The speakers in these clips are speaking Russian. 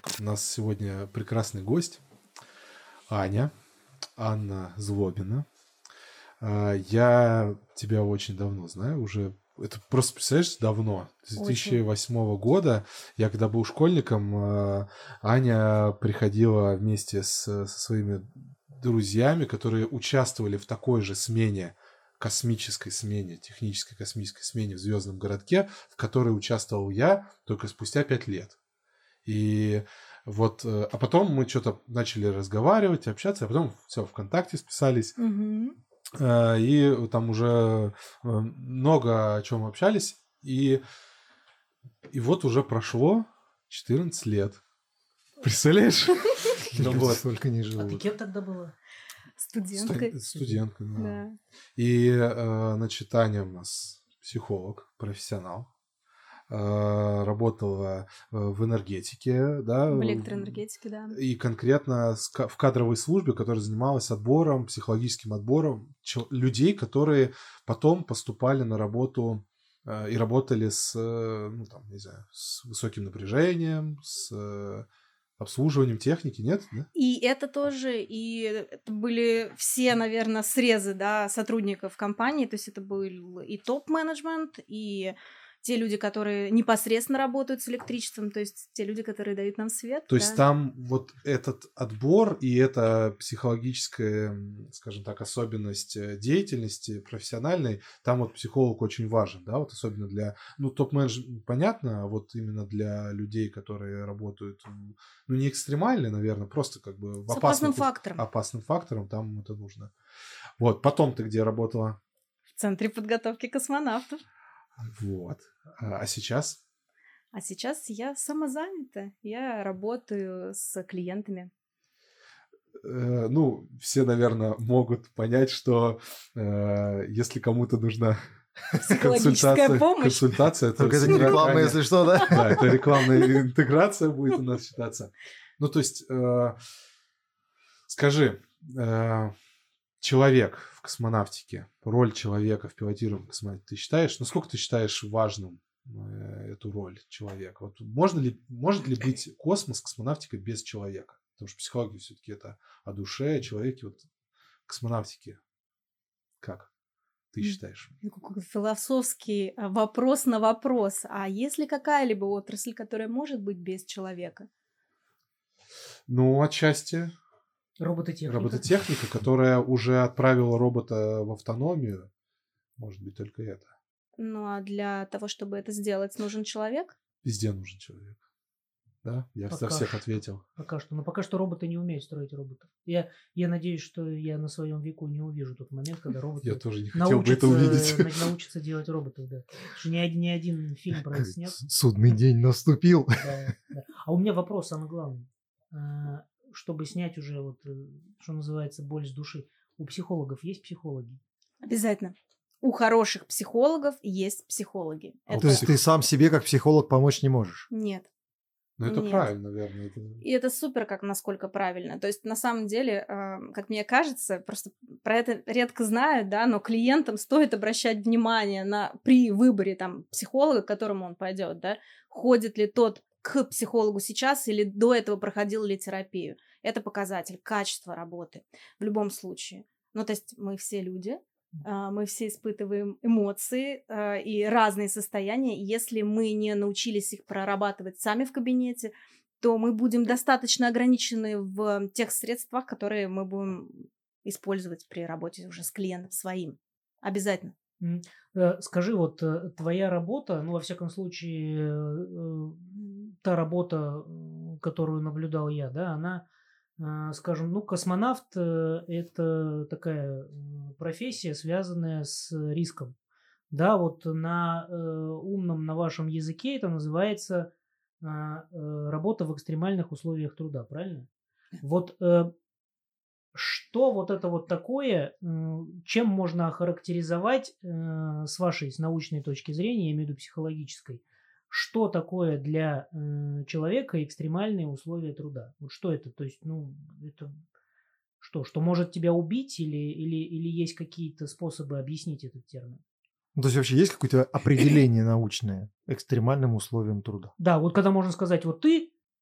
У нас сегодня прекрасный гость Анна Злобина. Я тебя очень давно знаю, уже это просто, представляешь, давно, с 2008 года. Я когда был школьником, Аня приходила вместе со своими друзьями, которые участвовали в такой же смене, космической смене, технической космической смене в «Звездном городке», в которой участвовал я только спустя 5 лет. И вот, а потом мы что-то начали разговаривать, общаться, а потом все, ВКонтакте списались. И там уже много о чем общались. И вот уже прошло 14 лет. Представляешь? Столько не живут. А ты кем тогда была? Студенткой. Студенткой, да. Да. И, значит, Таня у нас психолог, профессионал. Работала в энергетике, да, В электроэнергетике, да. и конкретно в кадровой службе, которая занималась отбором, психологическим отбором людей, которые потом поступали на работу и работали с, ну, там, не знаю, с высоким напряжением, с обслуживанием техники, нет? Да? И это тоже, и это были все, наверное, срезы, да, сотрудников компании, то есть это был и топ-менеджмент, и те люди, которые непосредственно работают с электричеством, то есть те люди, которые дают нам свет. То есть там вот этот отбор и эта психологическая, скажем так, особенность деятельности профессиональной, там вот психолог очень важен, да, вот особенно для, ну, топ-менеджмент, понятно, а вот именно для людей, которые работают, ну, не экстремально, наверное, просто как бы в опасным фактором, там это нужно. Вот, потом ты где работала? В Центре подготовки космонавтов. Вот. А сейчас? А сейчас я самозанята. Я работаю с клиентами. Ну, все, наверное, могут понять, что если кому-то нужна консультация, то только это не реклама, если что, да? Да, это рекламная интеграция будет у нас считаться. Ну, то есть, скажи, человек в космонавтике, роль человека в пилотируемой космонавтике, ты считаешь, насколько ты считаешь важным эту роль человека? Вот может ли быть космос, космонавтика без человека? Потому что психология все-таки это о душе, о человеке. Вот космонавтике как ты считаешь? Какой философский вопрос на вопрос. А есть ли какая-либо отрасль, которая может быть без человека? Ну, отчасти. Робототехника, которая уже отправила робота в автономию. Может быть, только это. Ну, а для того, чтобы это сделать, нужен человек? Везде нужен человек. Да? Я за всех ответил. Пока что. Но пока что роботы не умеют строить роботов. Я надеюсь, что я на своем веку не увижу тот момент, когда роботы я тоже не хотел бы это увидеть. научатся делать роботов, да. Потому что ни один фильм про это снят. Судный день наступил. Да. А у меня вопрос самый главный. Чтобы снять уже, вот, что называется, боль с души. У психологов есть психологи? Обязательно. У хороших психологов есть психологи. То есть ты сам себе как психолог помочь не можешь? Нет. Ну, это правильно, наверное. И это супер, как насколько правильно. То есть, на самом деле, как мне кажется, просто про это редко знают, да, но клиентам стоит обращать внимание при выборе там психолога, к которому он пойдет, да, ходит ли тот к психологу сейчас или до этого проходил ли терапию. Это показатель качества работы в любом случае. Ну, то есть мы все люди, мы все испытываем эмоции и разные состояния. Если мы не научились их прорабатывать сами в кабинете, то мы будем достаточно ограничены в тех средствах, которые мы будем использовать при работе уже с клиентом своим. Обязательно. Скажи, вот твоя работа, ну, во всяком случае, та работа, которую наблюдал я, да, она, скажем, ну, космонавт – это такая профессия, связанная с риском. Да, вот на умном, на вашем языке это называется работа в экстремальных условиях труда, правильно? Вот что вот это вот такое, чем можно охарактеризовать с вашей, с научной точки зрения, я имею в виду психологической, что такое для человека экстремальные условия труда? Вот что это? То есть, ну, это что может тебя убить или есть какие-то способы объяснить этот термин? Ну, то есть вообще есть какое-то определение научное экстремальным условиям труда? Да, вот когда можно сказать, вот ты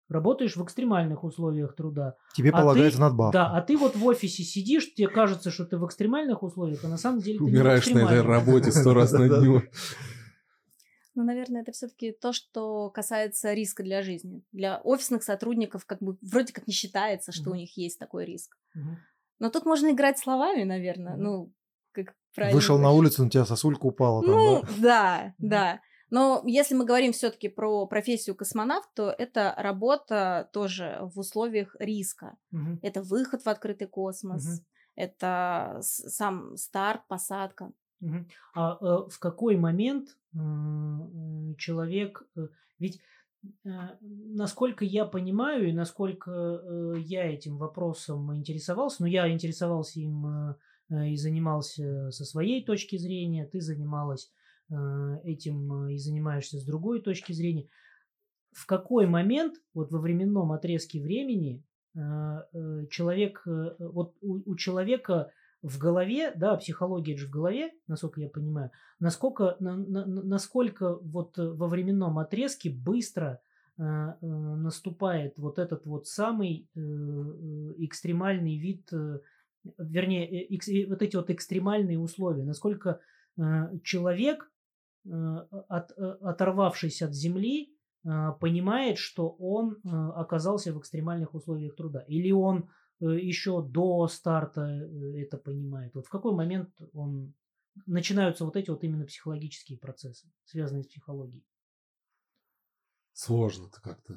работаешь в экстремальных условиях труда. Тебе полагается надбавка. Да, а ты вот в офисе сидишь, тебе кажется, что ты в экстремальных условиях, а на самом деле ты Умираешь не в на этой экстремальных. работе 100 раз на дню. Ну, наверное, это все-таки то, что касается риска для жизни. Для офисных сотрудников как бы вроде как не считается, что у них есть такой риск. Но тут можно играть словами, наверное. Ну, как правильно. Вышел на улицу, на тебя сосулька упала. Ну, Там, да, да. Но если мы говорим все-таки про профессию космонавт, то это работа тоже в условиях риска. Это выход в открытый космос, это сам старт, посадка. А в какой момент человек... Ведь, насколько я понимаю и насколько я этим вопросом интересовался, я интересовался им и занимался со своей точки зрения, ты занималась этим и занимаешься с другой точки зрения. В какой момент, вот во временном отрезке времени, человек, вот у человека в голове, да, психология же в голове, насколько я понимаю, насколько вот во временном отрезке быстро наступает вот этот вот самый экстремальный вид, вернее, вот эти вот экстремальные условия, насколько человек, оторвавшись от Земли, понимает, что он оказался в экстремальных условиях труда, или он еще до старта это понимает. Вот в какой момент начинаются вот эти вот именно психологические процессы, связанные с психологией? Сложно-то как-то.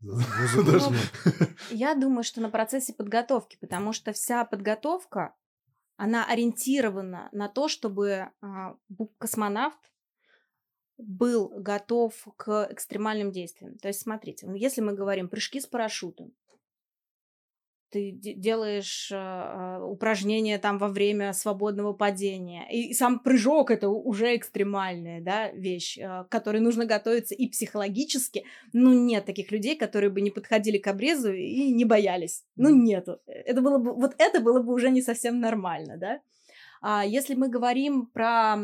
Я думаю, что на процессе подготовки, потому что вся подготовка, она ориентирована на то, чтобы космонавт был готов к экстремальным действиям. То есть, смотрите, если мы говорим прыжки с парашютом, ты делаешь упражнения там во время свободного падения, и сам прыжок — это уже экстремальная, да, вещь, к которой нужно готовиться и психологически. Ну, нет таких людей, которые бы не подходили к обрезу и не боялись. Ну, нету. Это было бы уже не совсем нормально, да. А если мы говорим про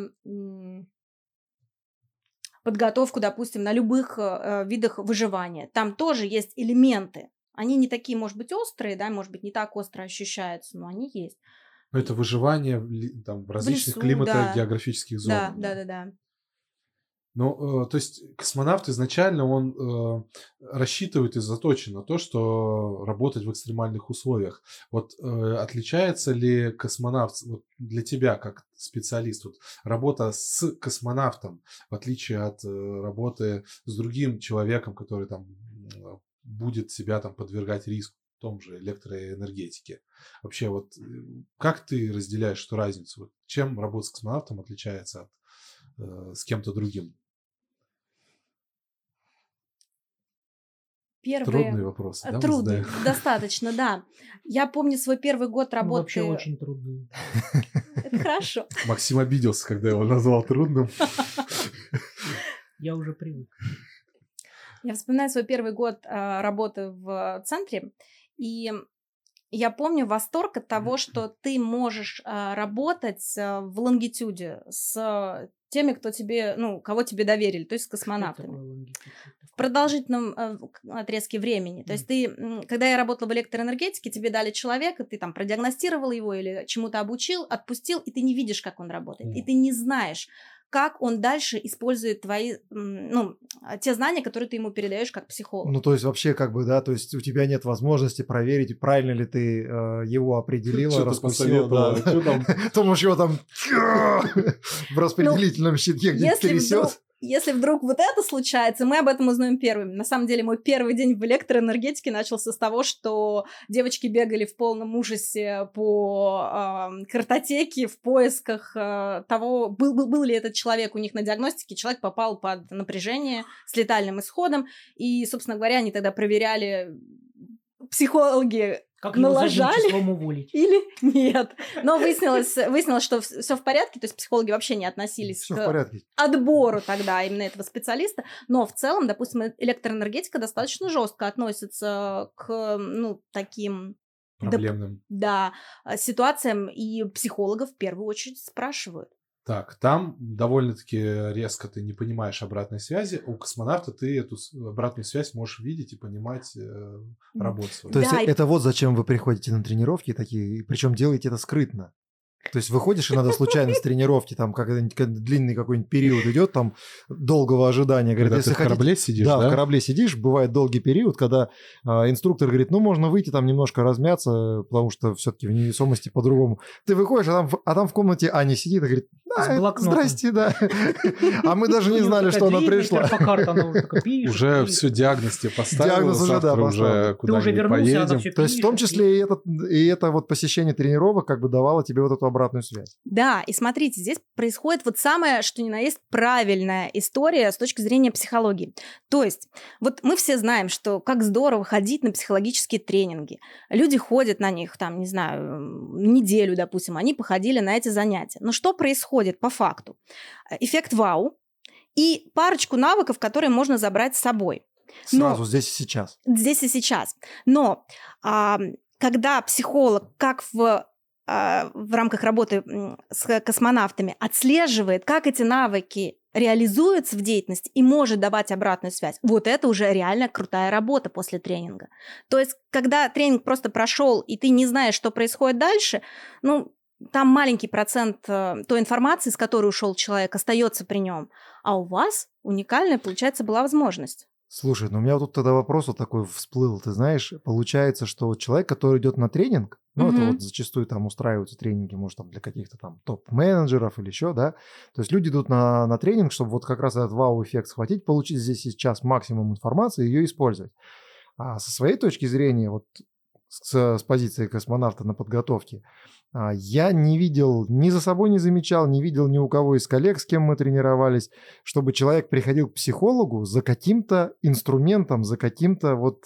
подготовку, допустим, на любых видах выживания, там тоже есть элементы. Они не такие, может быть, острые, да, может быть, не так остро ощущаются, но они есть. Но это выживание в различных климатах, географических зонах. Да. Ну, то есть космонавт изначально, он рассчитывает и заточен на то, что работать в экстремальных условиях. Вот отличается ли космонавт вот для тебя как специалист, вот, работа с космонавтом, в отличие от работы с другим человеком, который там будет себя там подвергать риску в том же электроэнергетике? Вообще, вот как ты разделяешь эту разницу? Вот, чем работа с космонавтом отличается от с кем-то другим? Трудный вопрос, да? Трудный, достаточно, да. Я помню свой первый год работы... Вообще очень трудный. Это хорошо. Максим обиделся, когда я его назвал трудным. Я уже привык. Я вспоминаю свой первый год работы в центре, и я помню восторг от того, что ты можешь работать в лонгитюде с теми, кто тебе, кого тебе доверили, то есть с космонавтами. В продолжительном отрезке времени. То есть когда я работала в электроэнергетике, тебе дали человека, ты там продиагностировал его или чему-то обучил, отпустил, и ты не видишь, как он работает. И ты не знаешь, как он дальше использует твои, те знания, которые ты ему передаешь как психолог. Ну, то есть вообще как бы, да, то есть у тебя нет возможности проверить, правильно ли ты его определила, раскусила. Ты можешь его там в распределительном щитке где-то трясет. Если вдруг вот это случается, мы об этом узнаем первыми. На самом деле, мой первый день в электроэнергетике начался с того, что девочки бегали в полном ужасе по картотеке в поисках того, был ли этот человек у них на диагностике. Человек попал под напряжение с летальным исходом. И, собственно говоря, они тогда проверяли, психологи как налажали уволить. Или нет. Но выяснилось, что все в порядке, то есть психологи вообще не относились к отбору тогда именно этого специалиста. Но в целом, допустим, электроэнергетика достаточно жестко относится к таким проблемным ситуациям, и психологов в первую очередь спрашивают. Так, там довольно-таки резко ты не понимаешь обратной связи. У космонавта ты эту обратную связь можешь видеть и понимать работу свою. То есть это вот зачем вы приходите на тренировки такие, причем делаете это скрытно. То есть выходишь иногда случайно с тренировки, там как-нибудь длинный какой-нибудь период идет, там долгого ожидания. Говорит, когда если ты в корабле сидишь, да? Да, в корабле сидишь, бывает долгий период, когда инструктор говорит, ну, можно выйти там немножко размяться, потому что все-таки в невесомости по-другому. Ты выходишь, а там в комнате Аня сидит и говорит, здрасте, да. А мы даже не знали, что она пришла. Уже все, диагноз тебе поставил, диагноз уже, да, уже куда-нибудь поедем. То есть в том числе и это вот посещение тренировок как бы давало тебе вот эту обратную связь. Да, и смотрите, здесь происходит вот самое, что ни на есть, правильная история с точки зрения психологии. То есть, вот мы все знаем, что как здорово ходить на психологические тренинги. Люди ходят на них, там, не знаю, неделю, допустим, они походили на эти занятия. Но что происходит по факту? Эффект вау и парочку навыков, которые можно забрать с собой. Сразу, здесь и сейчас. Здесь и сейчас. Но когда психолог, как в рамках работы с космонавтами, отслеживает, как эти навыки реализуются в деятельности и может давать обратную связь, вот это уже реально крутая работа после тренинга. То есть, когда тренинг просто прошел, и ты не знаешь, что происходит дальше, ну, там маленький процент той информации, с которой ушел человек, остается при нем. А у вас уникальная, получается, была возможность. Слушай, ну у меня вот тут тогда вопрос вот такой всплыл. Ты знаешь, получается, что вот человек, который идет на тренинг, ну, это вот зачастую там устраиваются тренинги, может, там для каких-то там топ-менеджеров или еще, да. То есть люди идут на тренинг, чтобы вот как раз этот вау-эффект схватить, получить здесь сейчас максимум информации и ее использовать. А со своей точки зрения, вот с позиции космонавта на подготовке, я не видел, ни за собой не замечал, не видел ни у кого из коллег, с кем мы тренировались, чтобы человек приходил к психологу за каким-то инструментом, за каким-то вот,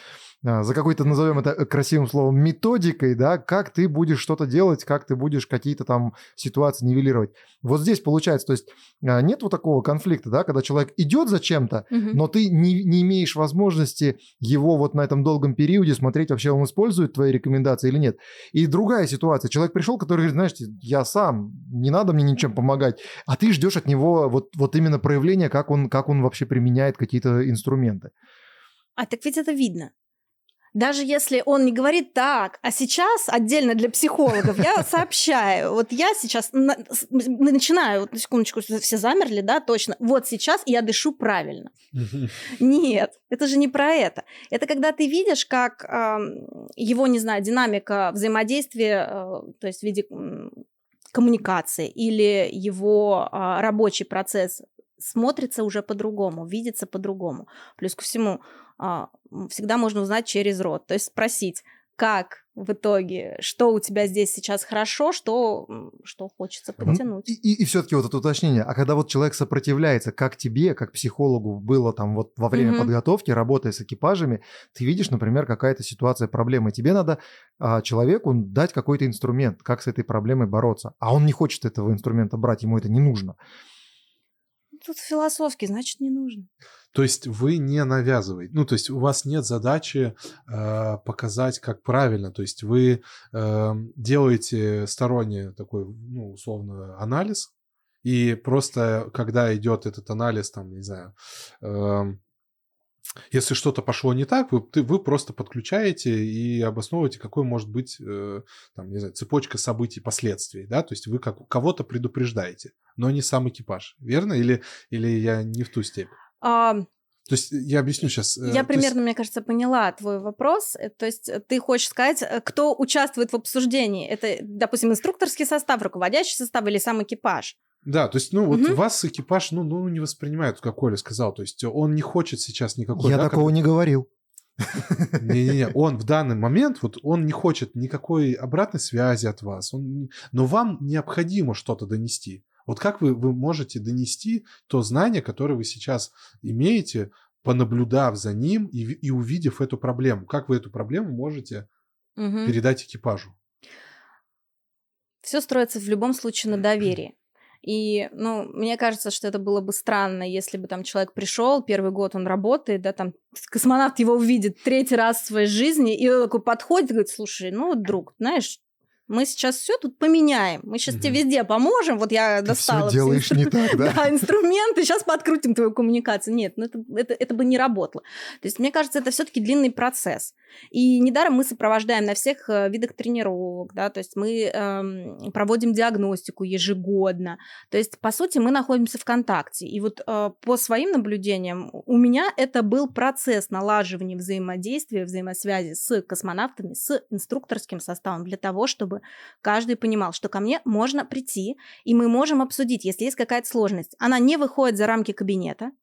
за какой-то, назовем это красивым словом, методикой, да, как ты будешь что-то делать, как ты будешь какие-то там ситуации нивелировать. Вот здесь получается, то есть нет вот такого конфликта, да, когда человек идет за чем-то, но ты не имеешь возможности его вот на этом долгом периоде смотреть, вообще он использует твои рекомендации или нет. И другая ситуация. Человек пришел, который говорит, знаешь, я сам, не надо мне ничем помогать, а ты ждешь от него вот именно проявления, как он вообще применяет какие-то инструменты. А так ведь это видно. Даже если он не говорит так, а сейчас отдельно для психологов я сообщаю, вот я сейчас начинаю, вот на секундочку, все замерли, да, точно, вот сейчас я дышу правильно. Нет, это же не про это. Это когда ты видишь, как его, не знаю, динамика взаимодействия, то есть в виде коммуникации или его рабочий процесс смотрится уже по-другому, видится по-другому. Плюс ко всему, всегда можно узнать через рот. То есть спросить, как в итоге, что у тебя здесь сейчас хорошо, что хочется подтянуть. И все-таки вот это уточнение. А когда вот человек сопротивляется, как тебе, как психологу было там вот во время подготовки, работая с экипажами, ты видишь, например, какая-то ситуация, проблема. Тебе надо человеку дать какой-то инструмент, как с этой проблемой бороться. А он не хочет этого инструмента брать, ему это не нужно. Тут философски, значит, не нужно. То есть вы не навязываете, ну, то есть у вас нет задачи показать, как правильно, то есть вы делаете сторонний такой, ну, условно, анализ, и просто, когда идет этот анализ, там, не знаю, если что-то пошло не так, вы просто подключаете и обосновываете, какой может быть, там, не знаю, цепочка событий, последствий, да, то есть вы кого-то предупреждаете, но не сам экипаж, верно? Или я не в ту степень? То есть я объясню сейчас. Я примерно, мне кажется, поняла твой вопрос. То есть ты хочешь сказать, кто участвует в обсуждении? Это, допустим, инструкторский состав, руководящий состав или сам экипаж? Да, то есть, ну, вот вас экипаж, ну, не воспринимает, как Коля сказал. То есть он не хочет сейчас никакой... Я такого не говорил. Не-не-не, он в данный момент, вот он не хочет никакой обратной связи от вас. Но вам необходимо что-то донести. Вот как вы можете донести то знание, которое вы сейчас имеете, понаблюдав за ним и увидев эту проблему? Как вы эту проблему можете передать экипажу? Все строится в любом случае на доверии. И, ну, мне кажется, что это было бы странно, если бы там человек пришел, первый год он работает, да, там космонавт его увидит 3-й раз в своей жизни, и он такой подходит и говорит, слушай, ну, друг, знаешь, мы сейчас все тут поменяем, мы сейчас тебе везде поможем, вот я достала все делаешь не так, да? Да, инструменты, сейчас подкрутим твою коммуникацию. Нет, ну это бы не работало. То есть, мне кажется, это все-таки длинный процесс. И недаром мы сопровождаем на всех видах тренировок, да, то есть мы проводим диагностику ежегодно. То есть, по сути, мы находимся в контакте. И вот по своим наблюдениям у меня это был процесс налаживания взаимодействия, взаимосвязи с космонавтами, с инструкторским составом для того, чтобы каждый понимал, что ко мне можно прийти, и мы можем обсудить, если есть какая-то сложность. Она не выходит за рамки кабинета.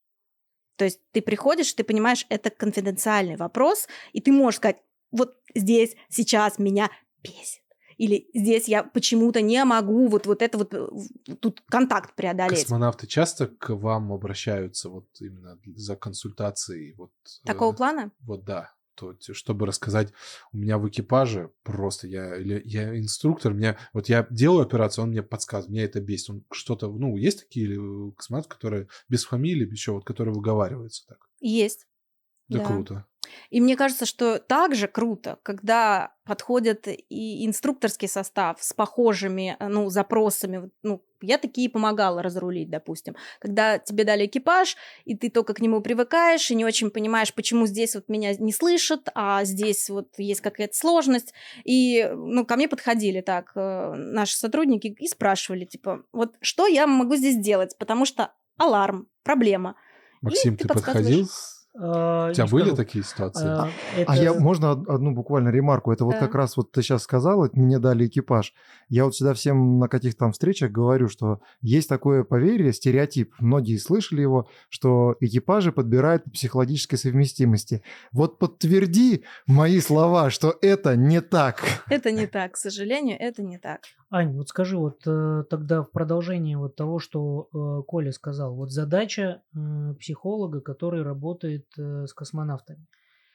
То есть ты приходишь, ты понимаешь, это конфиденциальный вопрос, и ты можешь сказать, вот здесь сейчас меня бесит. Или здесь я почему-то не могу вот это вот тут контакт преодолеть. Космонавты часто к вам обращаются вот именно за консультацией? Вот, такого плана? Вот да. То, чтобы рассказать, у меня в экипаже просто я инструктор, вот я делаю операцию, он мне подсказывает, меня это бесит. Он что-то, ну, есть такие космонавты, которые без фамилии, еще вот, которые выговариваются так? Есть. Да, круто. И мне кажется, что также круто, когда подходит и инструкторский состав с похожими, ну, запросами. Ну, я такие помогала разрулить, допустим. Когда тебе дали экипаж, и ты только к нему привыкаешь, и не очень понимаешь, почему здесь вот меня не слышат, а здесь вот есть какая-то сложность. И, ну, ко мне подходили так наши сотрудники и спрашивали, типа, вот что я могу здесь делать? Потому что аларм, проблема. Максим, ты подходил? У тебя были такие ситуации? Можно одну буквально ремарку? Это вот как раз вот ты сейчас сказал, мне дали экипаж. Я вот всегда всем на каких-то там встречах говорю, что есть такое поверье, стереотип, многие слышали его, что экипажи подбирают по психологической совместимости. Вот подтверди мои слова, что это не так. Это не так, к сожалению, это не так. Ань, вот скажи, вот тогда в продолжении вот того, что Коля сказал, вот задача психолога, который работает с космонавтами,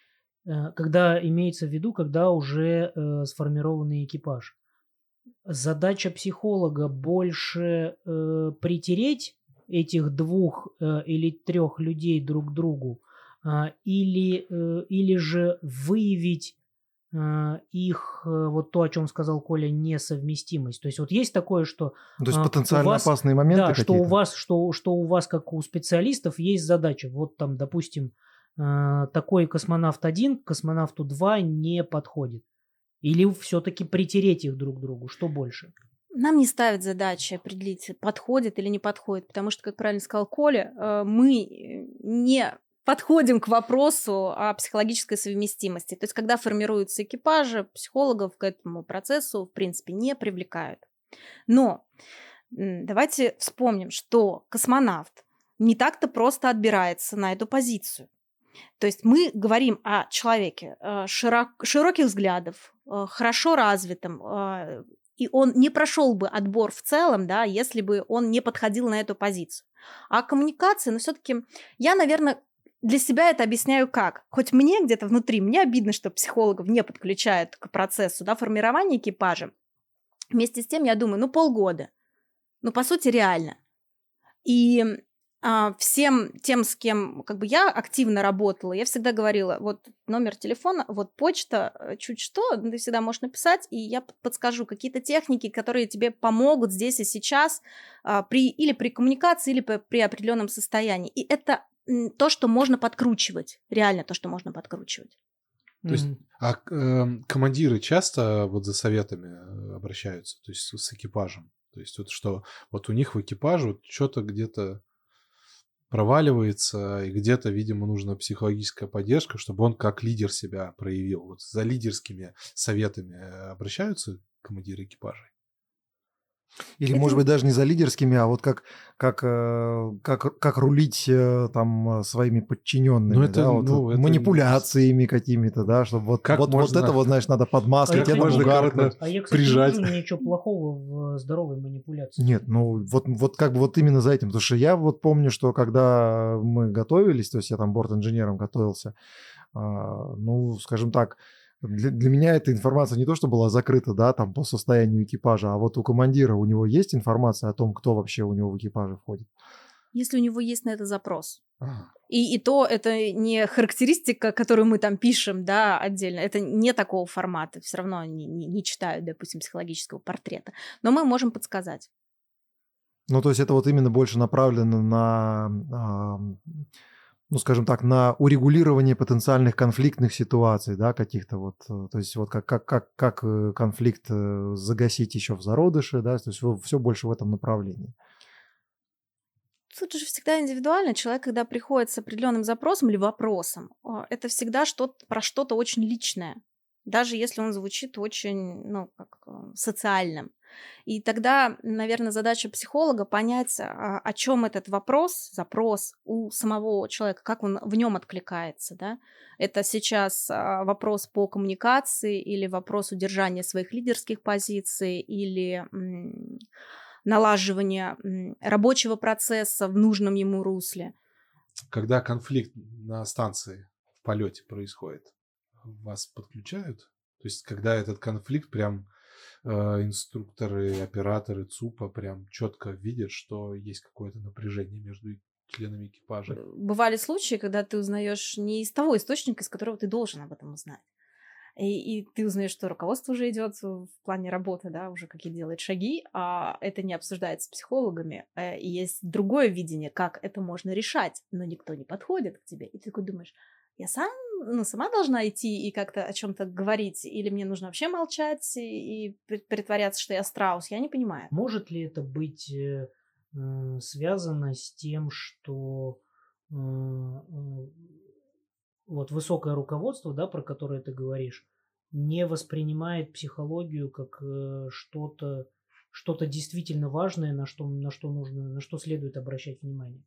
когда имеется в виду, когда уже сформированный экипаж. Задача психолога больше притереть этих 2 или 3 людей друг к другу, или же выявить их, вот то, о чем сказал Коля, несовместимость. То есть вот есть такое, что... То есть потенциально опасные моменты какие-то? Да, что у вас, как у специалистов, есть задача. Вот там, допустим, такой космонавт 1 к космонавту 2 не подходит. Или все-таки притереть их друг к другу? Что больше? Нам не ставят задачи определить, подходит или не подходит, потому что, как правильно сказал Коля, мы не подходим к вопросу о психологической совместимости. То есть, когда формируются экипажи, психологов к этому процессу, в принципе, не привлекают. Но давайте вспомним, что космонавт не так-то просто отбирается на эту позицию. То есть мы говорим о человеке широких взглядов, хорошо развитом, и он не прошел бы отбор в целом, да, если бы он не подходил на эту позицию. А коммуникация, все-таки я, наверное, для себя это объясняю как. Хоть мне где-то внутри, мне обидно, что психологов не подключают к процессу, да, формирования экипажа. Вместе с тем, я думаю, полгода. По сути, реально. И всем тем, с кем как бы я активно работала, я всегда говорила, вот номер телефона, вот почта, чуть что, ты всегда можешь написать, и я подскажу какие-то техники, которые тебе помогут здесь и сейчас или при коммуникации, или при определенном состоянии. И это то, что можно подкручивать, реально то, что можно подкручивать. То есть, командиры часто вот за советами обращаются, то есть с экипажем? То есть вот что вот у них в экипаже вот что-то где-то проваливается, и где-то, видимо, нужна психологическая поддержка, чтобы он как лидер себя проявил. Вот за лидерскими советами обращаются командиры экипажей? Или, может быть, даже не за лидерскими, а вот как рулить там своими подчиненными, манипуляциями какими-то, да, чтобы вот это вот, знаешь, надо под маской, тебе можно прижать. А я, кстати, не вижу ничего плохого в здоровой манипуляции. Нет, вот как бы вот именно за этим, потому что я вот помню, что когда мы готовились, то есть я там борт-инженером готовился, скажем так, для меня эта информация не то, что была закрыта, да, там по состоянию экипажа, а вот у командира у него есть информация о том, кто вообще у него в экипаже входит? Если у него есть на это запрос. И то это не характеристика, которую мы там пишем, да, отдельно. Это не такого формата. Все равно не читают, допустим, психологического портрета. Но мы можем подсказать. Ну, то есть это вот именно больше направлено на, ну, скажем так, на урегулирование потенциальных конфликтных ситуаций, да, каких-то вот, то есть вот как конфликт загасить еще в зародыше, да, то есть все больше в этом направлении. Тут же всегда индивидуально. Человек, когда приходит с определенным запросом или вопросом, это всегда про что-то очень личное, даже если он звучит очень, ну, как социальным. И тогда, наверное, задача психолога понять, о чем этот запрос у самого человека, как он в нем откликается, да? Это сейчас вопрос по коммуникации или вопрос удержания своих лидерских позиций или налаживания рабочего процесса в нужном ему русле. Когда конфликт на станции в полете происходит, вас подключают? То есть, когда этот конфликт прям инструкторы, операторы ЦУПа прям четко видят, что есть какое-то напряжение между членами экипажа. Бывали случаи, когда ты узнаешь не из того источника, из которого ты должен об этом узнать. И ты узнаешь, что руководство уже идет в плане работы, да, уже какие делает шаги, а это не обсуждается с психологами. И есть другое видение, как это можно решать, но никто не подходит к тебе. И ты такой думаешь, я сама должна идти и как-то о чем-то говорить, или мне нужно вообще молчать и притворяться, что я страус, я не понимаю. Может ли это быть связано с тем, что вот высокое руководство, да, про которое ты говоришь, не воспринимает психологию как что-то действительно важное, на что следует обращать внимание?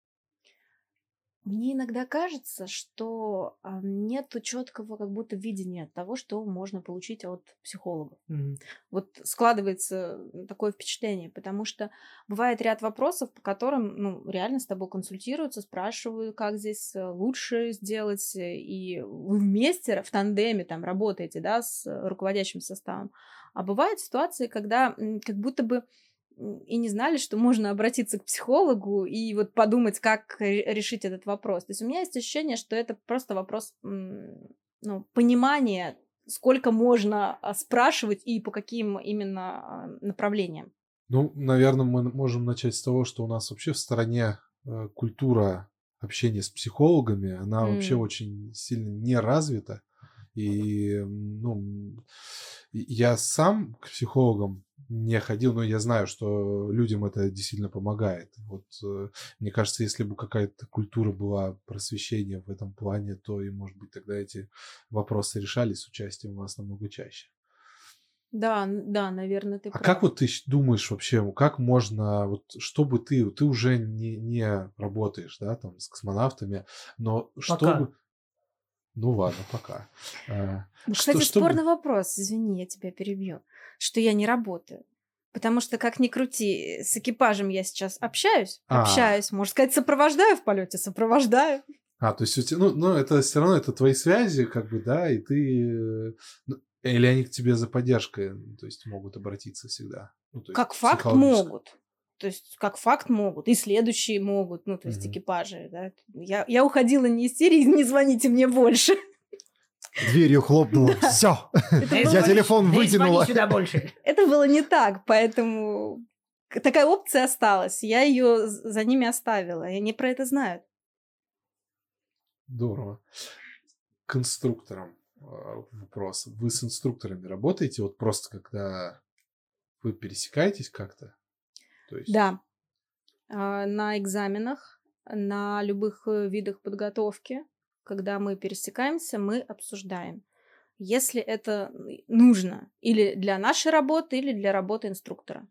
Мне иногда кажется, что нету четкого как будто видения того, что можно получить от психологов. Mm-hmm. Вот складывается такое впечатление, потому что бывает ряд вопросов, по которым реально с тобой консультируются, спрашивают, как здесь лучше сделать, и вы вместе в тандеме там работаете, да, с руководящим составом. А бывают ситуации, когда как будто бы и не знали, что можно обратиться к психологу и вот подумать, как решить этот вопрос. То есть у меня есть ощущение, что это просто вопрос понимания, сколько можно спрашивать и по каким именно направлениям. Ну, наверное, мы можем начать с того, что у нас вообще в стране культура общения с психологами, она вообще очень сильно не развита. И, я сам к психологам не ходил, но я знаю, что людям это действительно помогает. Вот, мне кажется, если бы какая-то культура была просвещения в этом плане, то и, может быть, тогда эти вопросы решались с участием вас намного чаще. Да, наверное, ты прав. А как вот ты думаешь вообще, как можно, вот чтобы ты уже не работаешь, да, там, с космонавтами, но чтобы... Ну ладно, пока. Кстати, спорный вопрос, извини, я тебя перебью, что я не работаю. Потому что, как ни крути, с экипажем я сейчас общаюсь, можно сказать, сопровождаю в полете, сопровождаю. То есть, это все равно, это твои связи, как бы, да, и ты... Или они к тебе за поддержкой, то есть, могут обратиться всегда? Как факт могут. То есть, как факт могут. И следующие могут, то есть, экипажи, да. Я уходила не из серии, не звоните мне больше. Дверью хлопнула. Все. Я телефон вытянула. Не звони сюда больше. Это было не так, поэтому такая опция осталась. Я ее за ними оставила, и они про это знают. Здорово. К инструкторам вопрос. Вы с инструкторами работаете? Вот просто когда вы пересекаетесь как-то? То есть... Да. На экзаменах, на любых видах подготовки, когда мы пересекаемся, мы обсуждаем. Если это нужно или для нашей работы, или для работы инструктора.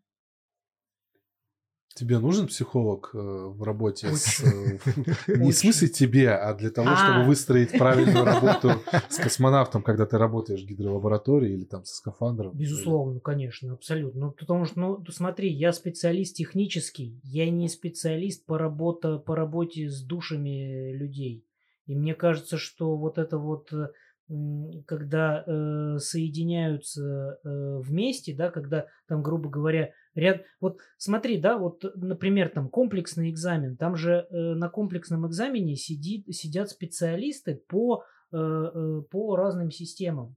Тебе нужен психолог в работе? Не в смысле тебе, а для того, чтобы выстроить правильную работу с космонавтом, когда ты работаешь в гидролаборатории или там со скафандром? Безусловно, конечно, абсолютно. Потому что, смотри, я специалист технический, я не специалист по работе с душами людей. И мне кажется, что вот это вот когда соединяются вместе, да, когда там, грубо говоря, вот смотри, да, вот, например, там комплексный экзамен, там же на комплексном экзамене сидят специалисты по разным системам.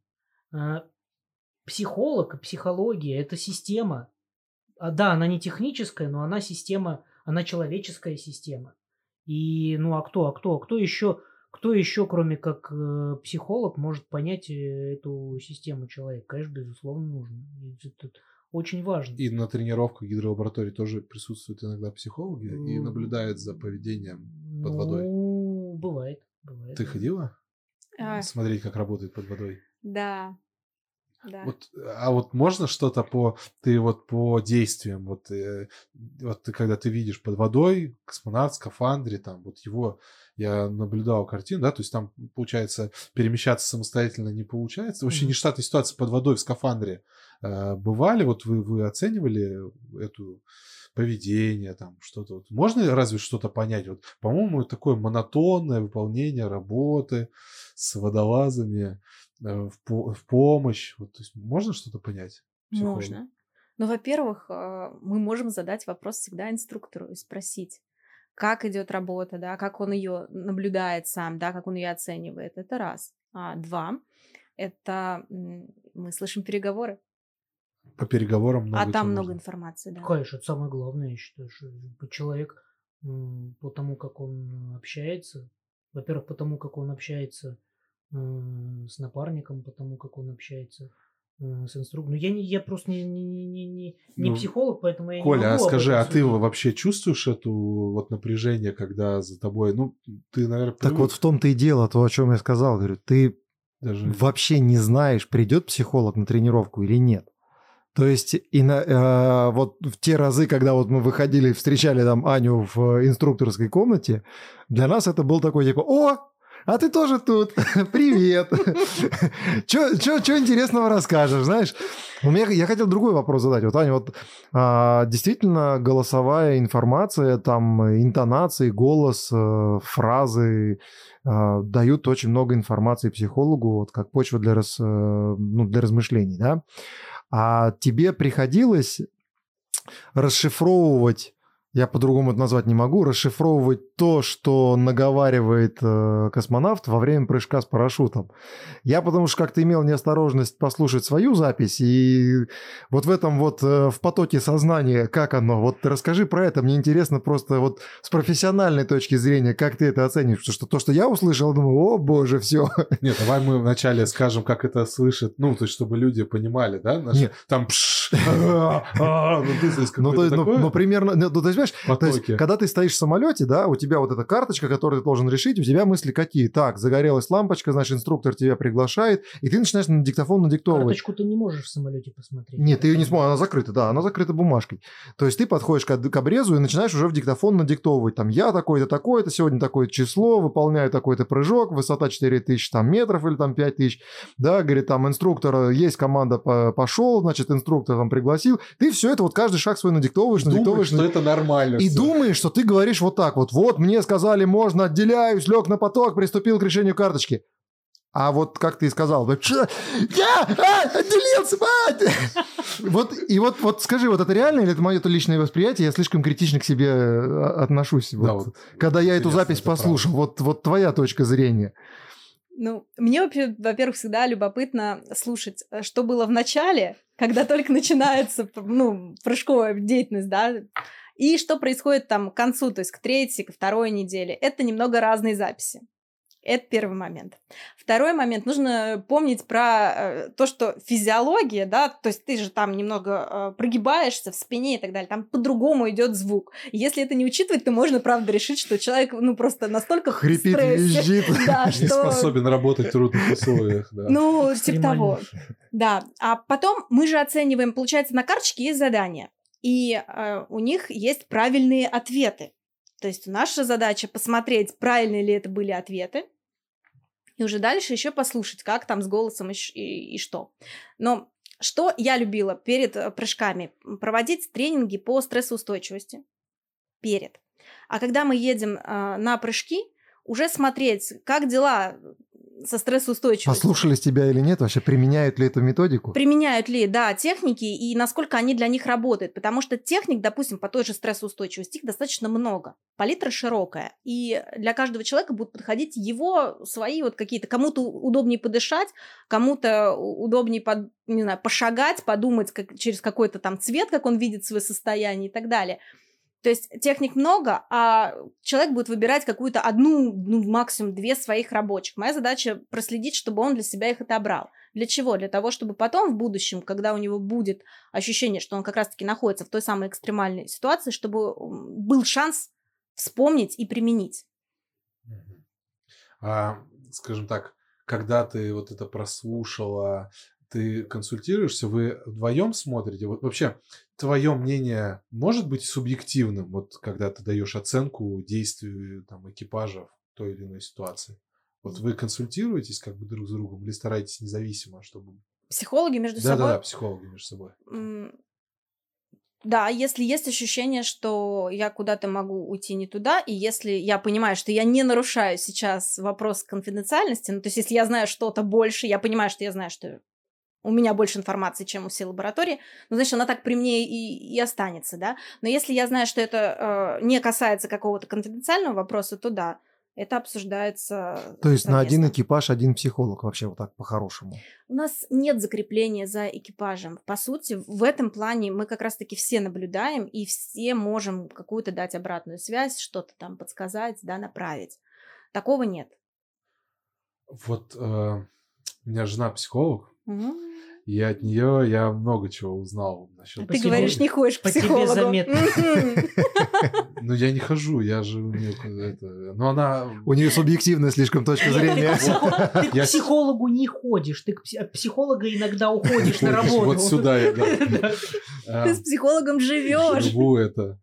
Психолог и психология – это система. Да, она не техническая, но она система, она человеческая система. И, ну, кто еще, кроме как психолог, может понять эту систему человека? Конечно, безусловно, нужно. Это очень важно. И на тренировках гидролаборатории тоже присутствуют иногда психологи и наблюдают за поведением под водой? Ну, бывает. Ты ходила? Смотреть, как работает под водой? Да. Да. Вот можно что-то по действиям, вот ты, когда ты видишь под водой космонавт в скафандре, там вот его, я наблюдал картину, да, то есть там, получается, перемещаться самостоятельно не получается. Вообще нештатная ситуация под водой в скафандре. Бывали, вот вы оценивали эту поведение, там что-то. Вот. Можно разве что-то понять? Вот, по-моему, такое монотонное выполнение работы с водолазами в помощь. Вот, то есть можно что-то понять? Психологу? Можно. Ну, во-первых, мы можем задать вопрос всегда инструктору и спросить, как идет работа, да, как он ее наблюдает сам, да, как он ее оценивает. Это раз. Два, это мы слышим переговоры. По переговорам много там можно. много информации, да. Конечно, это самое главное, я считаю, что человек по тому, как он общается, во-первых, по тому, как он общается с напарником, по тому, как он общается с инструктором. Я просто не психолог, поэтому я Коля, не могу. Коля, скажи, а ты вообще чувствуешь эту вот напряжение, когда за тобой, ну, ты, наверное, Так вот в том-то и дело, то, о чем я сказал, говорю, ты вообще не знаешь, придет психолог на тренировку или нет. То есть вот в те разы, когда вот мы выходили, встречали там Аню в инструкторской комнате, для нас это был такой типа: «О, а ты тоже тут, привет, что интересного расскажешь, знаешь?» Я хотел другой вопрос задать. Вот, Аня, вот действительно голосовая информация, там интонации, голос, фразы дают очень много информации психологу, вот как почва для размышлений, да? А тебе приходилось расшифровывать, я по-другому это назвать не могу, расшифровывать то, что наговаривает космонавт во время прыжка с парашютом? Я потому что как-то имел неосторожность послушать свою запись, и вот в этом вот в потоке сознания, как оно? Вот расскажи про это, мне интересно просто вот с профессиональной точки зрения, как ты это оцениваешь? Потому что то, что я услышал, думаю, о боже, все. Нет, давай мы вначале скажем, как это слышит, ну, то есть чтобы люди понимали, да? Нет. Там примерно, то есть, когда ты стоишь в самолете, да, у тебя вот эта карточка, которую ты должен решить, у тебя мысли какие? Так, загорелась лампочка, значит, инструктор тебя приглашает, и ты начинаешь на диктофон надиктовывать. Карточку ты не можешь в самолете посмотреть. Нет, ты ее не сможешь, она закрыта, да, она закрыта бумажкой. То есть ты подходишь к обрезу и начинаешь уже в диктофон надиктовывать. Там, я такой-то, сегодня такое число, выполняю такой-то прыжок, высота 4000 там, метров или там 5000. Да, говорит, там, инструктор, есть команда, пошел, значит, инструктор там пригласил. Ты все это, вот каждый шаг свой надиктовываешь. Думаешь, что это нормально. И думаешь, что ты говоришь вот так вот. Вот, мне сказали, можно, отделяюсь, лег на поток, приступил к решению карточки. А вот как ты и сказал, я отделился, вот скажи, вот это реально или это мое личное восприятие? Я слишком критично к себе отношусь. Да, вот, когда я эту запись послушал, вот твоя точка зрения. Ну, мне, во-первых, всегда любопытно слушать, что было в начале, когда только начинается, прыжковая деятельность, да, и что происходит там к концу, то есть к третьей, к второй неделе. Это немного разные записи. Это первый момент. Второй момент. Нужно помнить про то, что физиология, да, то есть ты же там немного прогибаешься в спине и так далее, там по-другому идет звук. Если это не учитывать, то можно, правда, решить, что человек, просто настолько хрипит, в стрессе, визжит, да, не способен работать в трудных условиях. Да. Ну, типа того. Да. А потом мы же оцениваем, получается, на карточке есть задания, и у них есть правильные ответы. То есть наша задача посмотреть, правильные ли это были ответы, и уже дальше еще послушать, как там с голосом и что. Но что я любила перед прыжками? Проводить тренинги по стрессоустойчивости. Перед. А когда мы едем на прыжки, уже смотреть, как дела со стрессоустойчивостью. Послушались тебя или нет? Вообще применяют ли эту методику? Применяют ли, да, техники и насколько они для них работают. Потому что техник, допустим, по той же стрессоустойчивости, их достаточно много. Палитра широкая. И для каждого человека будут подходить его свои вот какие-то... Кому-то удобнее подышать, кому-то удобнее, не знаю, пошагать, подумать через какой-то там цвет, как он видит свое состояние и так далее. То есть техник много, а человек будет выбирать какую-то одну, максимум две своих рабочих. Моя задача проследить, чтобы он для себя их отобрал. Для чего? Для того, чтобы потом в будущем, когда у него будет ощущение, что он как раз-таки находится в той самой экстремальной ситуации, чтобы был шанс вспомнить и применить. Скажем так, когда ты вот это прослушала, ты консультируешься, вы вдвоем смотрите? Вот вообще, твое мнение может быть субъективным, вот когда ты даешь оценку действию там, экипажа в той или иной ситуации? Вот вы консультируетесь как бы друг с другом или стараетесь независимо, чтобы... Психологи между собой? Да, психологи между собой. Да, если есть ощущение, что я куда-то могу уйти не туда, и если я понимаю, что я не нарушаю сейчас вопрос конфиденциальности, ну, то есть если я знаю что-то больше, я понимаю, что я знаю, что у меня больше информации, чем у всей лаборатории, ну, значит, она так при мне и останется, да. Но если я знаю, что это не касается какого-то конфиденциального вопроса, то да, это обсуждается. То есть совместно. На один экипаж один психолог вообще вот так по-хорошему? У нас нет закрепления за экипажем. По сути, в этом плане мы как раз-таки все наблюдаем и все можем какую-то дать обратную связь, что-то там подсказать, да, направить. Такого нет. Вот у меня жена психолог. Угу. И от нее я много чего узнал насчет. Ты говоришь, не ходишь к психологу. По тебе заметно. Ну, я не хожу, я же у нее это... Но она... У нее субъективная слишком точка зрения. Ты к психологу не ходишь, ты от психолога иногда уходишь на работу. Вот сюда я, да. Ты с психологом живешь. Живу это.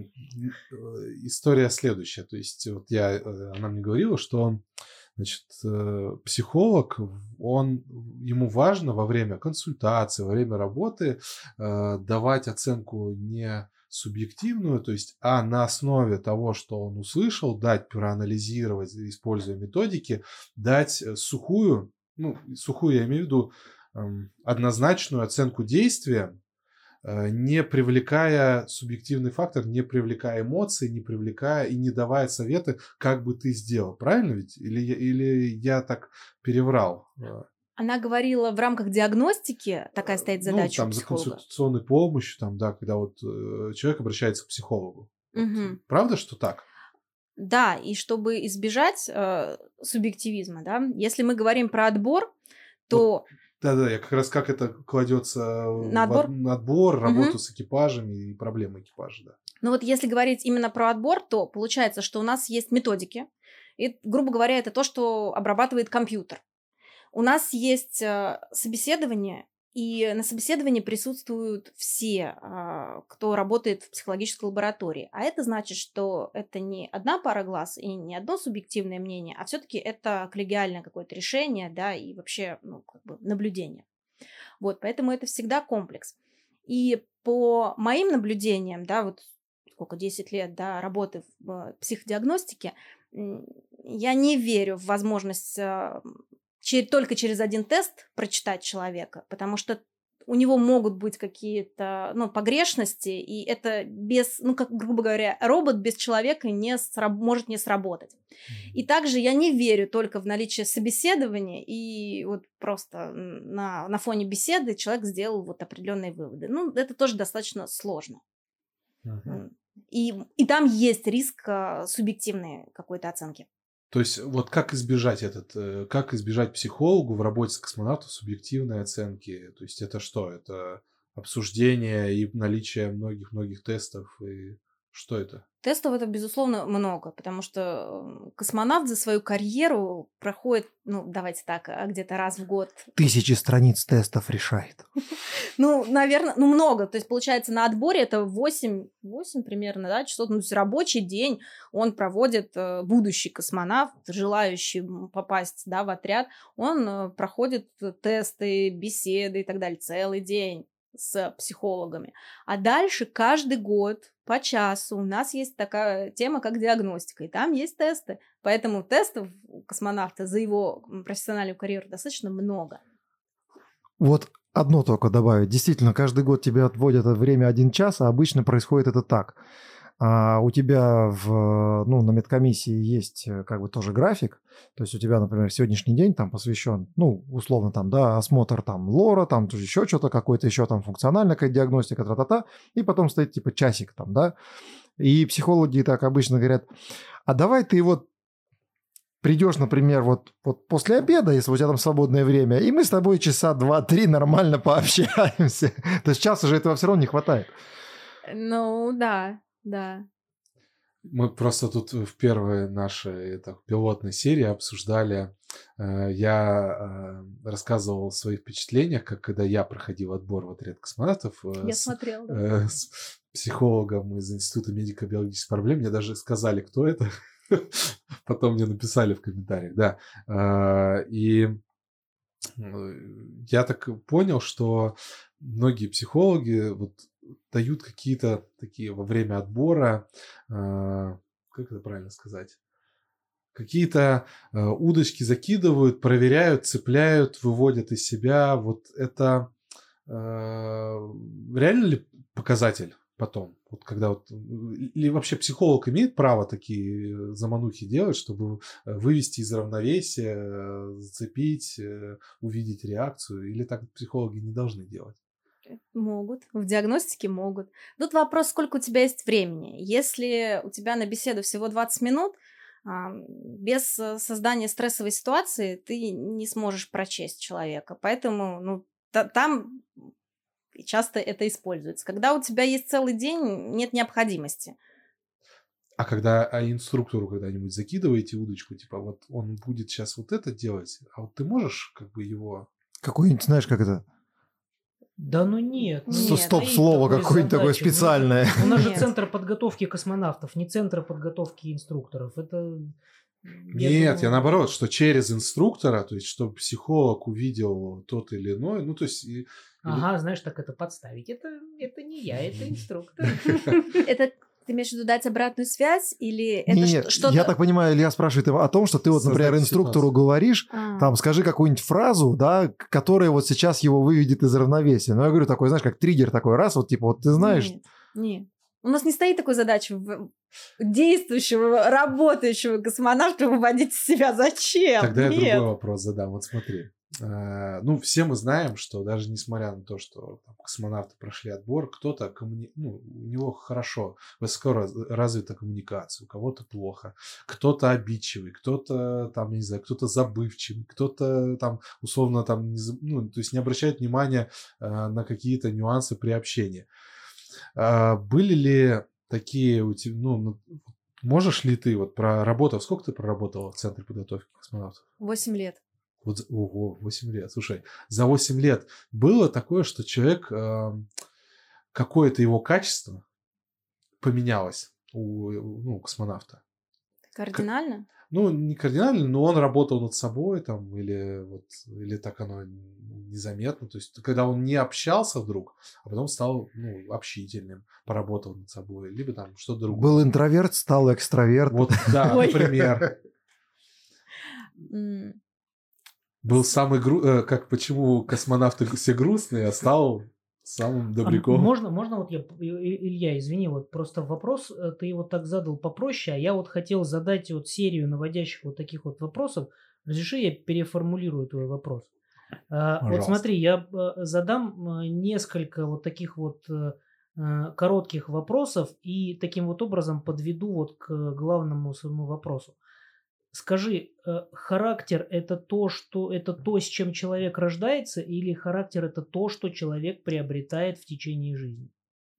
История следующая. То есть вот она мне говорила, что значит, психолог, ему важно во время консультации, во время работы давать оценку не субъективную, то есть, а на основе того, что он услышал, дать проанализировать, используя методики, дать сухую я имею в виду однозначную оценку действия, не привлекая субъективный фактор, не привлекая эмоции, не привлекая и не давая советы, как бы ты сделал. Правильно ведь? Или я так переврал? Она говорила, в рамках диагностики такая стоит задача там, у психолога. За консультационной помощью, там, да, когда вот человек обращается к психологу. Угу. Правда, что так? Да, и чтобы избежать субъективизма, да, если мы говорим про отбор, то... Да, я как раз как это кладется на отбор, работу с экипажами и проблемы экипажа, да. Ну вот если говорить именно про отбор, то получается, что у нас есть методики, и, грубо говоря, это то, что обрабатывает компьютер. У нас есть собеседование, и на собеседовании присутствуют все, кто работает в психологической лаборатории. А это значит, что это не одна пара глаз и не одно субъективное мнение, а все-таки это коллегиальное какое-то решение, да, и вообще, наблюдение. Вот, поэтому это всегда комплекс. И по моим наблюдениям, да, вот сколько, 10 лет, да, работы в психодиагностике, я не верю в возможность только через один тест прочитать человека, потому что у него могут быть какие-то, погрешности, и это грубо говоря, робот без человека может не сработать. И также я не верю только в наличие собеседования, и вот просто на фоне беседы человек сделал вот определенные выводы. Это тоже достаточно сложно. И там есть риск субъективной какой-то оценки. То есть вот как избежать психологу в работе с космонавтом субъективной оценки? То есть это что? Это обсуждение и наличие многих-многих тестов? И что это? Тестов это, безусловно, много, потому что космонавт за свою карьеру проходит, давайте так, где-то раз в год. 1000 страниц тестов решает. Наверное, много. То есть, получается, на отборе это 8 примерно, да, часов. То есть рабочий день он проводит, будущий космонавт, желающий попасть, да, в отряд, он проходит тесты, беседы и так далее целый день. с психологами. А дальше каждый год по часу у нас есть такая тема, как диагностика, и там есть тесты. Поэтому тестов у космонавта за его профессиональную карьеру достаточно много. Вот одно только добавить. Действительно, каждый год тебе отводят время 1 час, а обычно происходит это так. У тебя на медкомиссии есть как бы тоже график, то есть у тебя, например, сегодняшний день там посвящен, условно там, да, осмотр там лора, там еще что-то, какой-то еще там функциональная какая-то диагностика, тра-та-та, и потом стоит типа часик там, да, и психологи так обычно говорят, а давай ты вот придешь, например, вот после обеда, если у тебя там свободное время, и мы с тобой часа 2-3 нормально пообщаемся, то есть часа же этого все равно не хватает. Ну, да. Да. Мы просто тут в первой нашей пилотной серии обсуждали, я рассказывал о своих впечатлениях, когда я проходил отбор в отряд космонавтов с психологом из Института медико-биологических проблем. Мне даже сказали, кто это. Потом мне написали в комментариях, да. И я так понял, что многие психологи дают какие-то такие во время отбора, как это правильно сказать, какие-то удочки закидывают, проверяют, цепляют, выводят из себя. Вот это реально ли показатель потом? Вот когда или вообще психолог имеет право такие заманухи делать, чтобы вывести из равновесия, зацепить, увидеть реакцию, или так психологи не должны делать? Могут, в диагностике могут. Тут вопрос, сколько у тебя есть времени. Если у тебя на беседу всего 20 минут, без создания стрессовой ситуации ты не сможешь прочесть человека. Поэтому там часто это используется. Когда у тебя есть целый день, нет необходимости. А когда инструктору когда-нибудь закидываете удочку, типа вот он будет сейчас вот это делать, а вот ты можешь как бы его... Какой-нибудь, знаешь, как это... Да нет. Стоп-слово какое-нибудь такое специальное. У нас же центр подготовки космонавтов, не центр подготовки инструкторов. Это... Нет, я наоборот, что через инструктора, то есть чтобы психолог увидел тот или иной, то есть... Ага, знаешь, так это подставить. Это не я, это инструктор. Это... Ты имеешь в виду дать обратную связь или это Нет, что-то... Я так понимаю, Илья спрашивает о том, что ты например, инструктору говоришь, там, скажи какую-нибудь фразу, да, которая вот сейчас его выведет из равновесия. Я говорю, такой, знаешь, как триггер такой, раз, ты знаешь... Нет. У нас не стоит такой задачи действующего, работающего космонавта выводить из себя. Зачем? Тогда я другой вопрос задам. Вот смотри. Все мы знаем, что даже несмотря на то, что космонавты прошли отбор, кто-то у него хорошо, высоко развита коммуникация, у кого-то плохо, кто-то обидчивый, кто-то там, не знаю, кто-то забывчивый, кто-то там условно там, то есть не обращает внимания на какие-то нюансы при общении. Были ли такие у тебя, можешь ли ты проработав, сколько ты проработала в Центре подготовки космонавтов? 8 лет. Ого, 8 лет. Слушай, за 8 лет было такое, что человек, какое-то его качество поменялось у космонавта? Кардинально? Не кардинально, но он работал над собой там, или так оно незаметно. То есть, когда он не общался вдруг, а потом стал общительным, поработал над собой, либо там что-то другое. Был интроверт, стал экстраверт. Вот, да, например. Был самый почему космонавты все грустные, а стал самым добряком. Можно Илья, извини, просто вопрос ты так задал попроще, а я хотел задать серию наводящих таких вопросов. Разреши, я переформулирую твой вопрос. Пожалуйста. Смотри, я задам несколько таких коротких вопросов и таким образом подведу к главному своему вопросу. Скажи, характер это то, с чем человек рождается, или характер это то, что человек приобретает в течение жизни?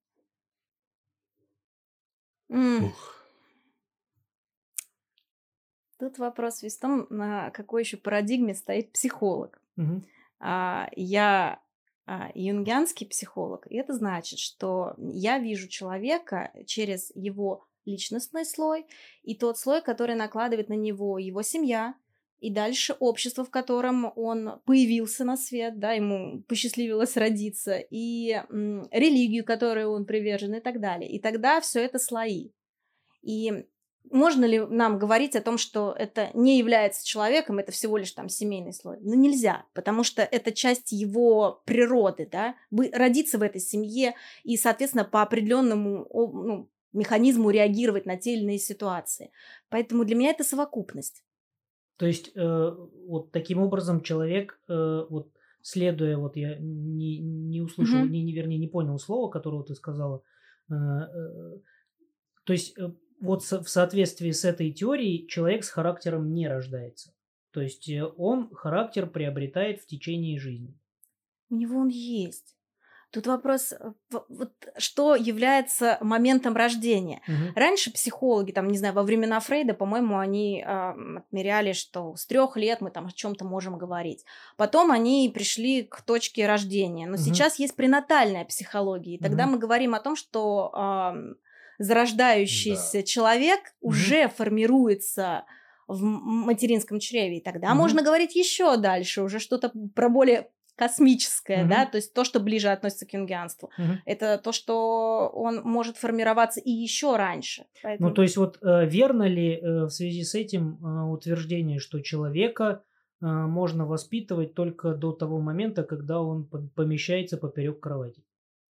Тут вопрос весь в том, на какой еще парадигме стоит психолог. Угу. Я юнгианский психолог, и это значит, что я вижу человека через его личностный слой и тот слой, который накладывает на него его семья, И дальше общество, в котором он появился на свет, да, ему посчастливилось родиться, и религию, которой он привержен, и так далее. И тогда все это слои. И можно ли нам говорить о том, что это не является человеком, это всего лишь там семейный слой? Ну, нельзя, потому что это часть его природы, да, родиться в этой семье и, соответственно, по определенному механизму реагировать на те или иные ситуации. Поэтому для меня это совокупность. То есть вот таким образом человек, вот следуя, вот я не услышал, вернее, не понял слова, которое ты сказала, то есть вот в соответствии с этой теорией человек с характером не рождается. То есть он характер приобретает в течение жизни. У него он есть. Тут вопрос, вот, что является моментом рождения. Раньше психологи, там, не знаю, во времена Фрейда, по-моему, они отмеряли, что с 3 лет мы там о чем-то можем говорить. Потом они пришли к точке рождения. Но сейчас есть пренатальная психология. И тогда мы говорим о том, что зарождающийся человек уже формируется в материнском чреве. И тогда можно говорить еще дальше, уже что-то про более космическое, да, то есть то, что ближе относится к юнгианству. Это то, что он может формироваться и еще раньше. Поэтому... Ну, то есть вот верно ли в связи с этим утверждение, что человека можно воспитывать только до того момента, когда он помещается поперек кровати?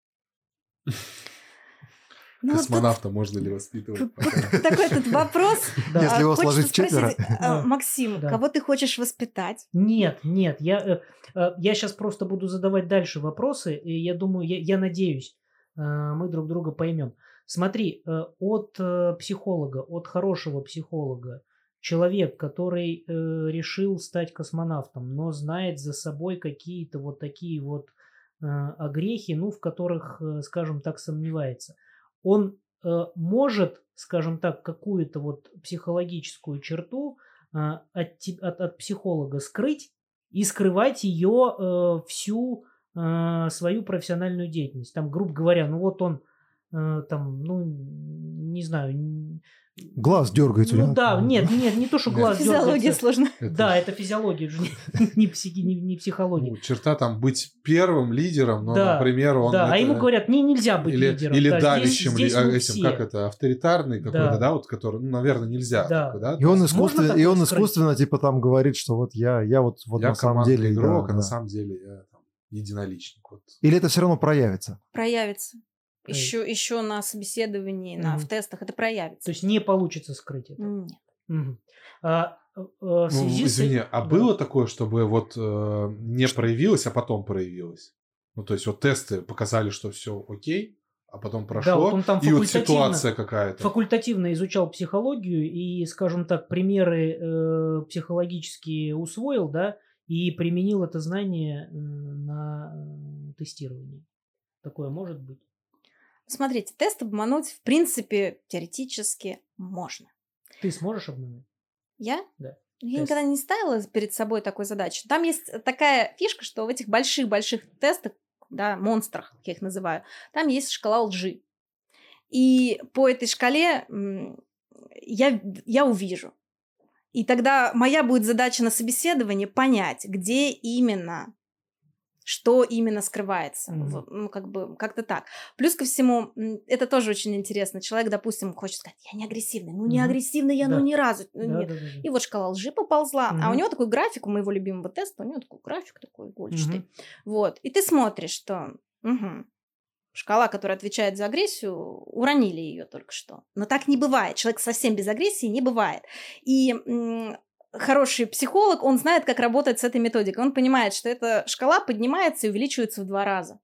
Космонавта можно ли воспитывать? Такой тут вопрос. Если его сложить в 4. Максим, кого ты хочешь воспитать? Нет, я сейчас просто буду задавать дальше вопросы, и я думаю, я надеюсь, мы друг друга поймем. Смотри, от психолога, от хорошего психолога, человек, который решил стать космонавтом, но знает за собой какие-то вот такие вот огрехи, ну, в которых, скажем так, сомневается, он может, скажем так, какую-то вот психологическую черту от психолога скрыть и скрывать ее всю свою профессиональную деятельность. Там, грубо говоря, ну вот он там, ну, не знаю... Глаз дергается. Ну да, нет, не то, что глаз дергается. Физиология сложна. Да, это физиология, не психология. Ну, черта там быть первым лидером, но, да, например, он... Да, а ему говорят, нельзя быть лидером. Или давящим, этим, как это, авторитарный какой-то, да, вот, который, ну, наверное, нельзя. Да. Такой, да? И он искусственно, типа, там говорит, что вот я вот я на самом деле... игрок, да, а на самом деле я там единоличник. Вот. Или это все равно проявится? Проявится. Еще на собеседовании, в тестах это проявится. То есть не получится скрыть это? Нет. Извини, было такое, чтобы вот не проявилось, а потом проявилось? Ну, то есть вот тесты показали, что все окей, а потом прошло, да, вот он там и вот ситуация какая-то. Факультативно изучал психологию и, скажем так, примеры психологические усвоил, да, и применил это знание на тестировании. Такое может быть? Смотрите, тест обмануть, в принципе, теоретически можно. Ты сможешь обмануть? Я? Да. Я никогда не ставила перед собой такой задачи. Там есть такая фишка, что в этих больших-больших тестах, да, монстрах, как я их называю, там есть шкала лжи. И по этой шкале я увижу. И тогда моя будет задача на собеседовании понять, где именно, что именно скрывается. Ну, как бы, как-то так. Плюс ко всему, это тоже очень интересно. Человек, допустим, хочет сказать, я не агрессивный. Ну, не агрессивный я, ну, ни разу. Нет. И вот шкала лжи поползла. А у него такой график, у моего любимого теста, у него такой график такой игольчатый. Вот. И ты смотришь, что шкала, которая отвечает за агрессию, уронили ее только что. Но так не бывает. Человек совсем без агрессии не бывает. И... хороший психолог, он знает, как работать с этой методикой. Он понимает, что эта шкала поднимается и увеличивается в 2 раза.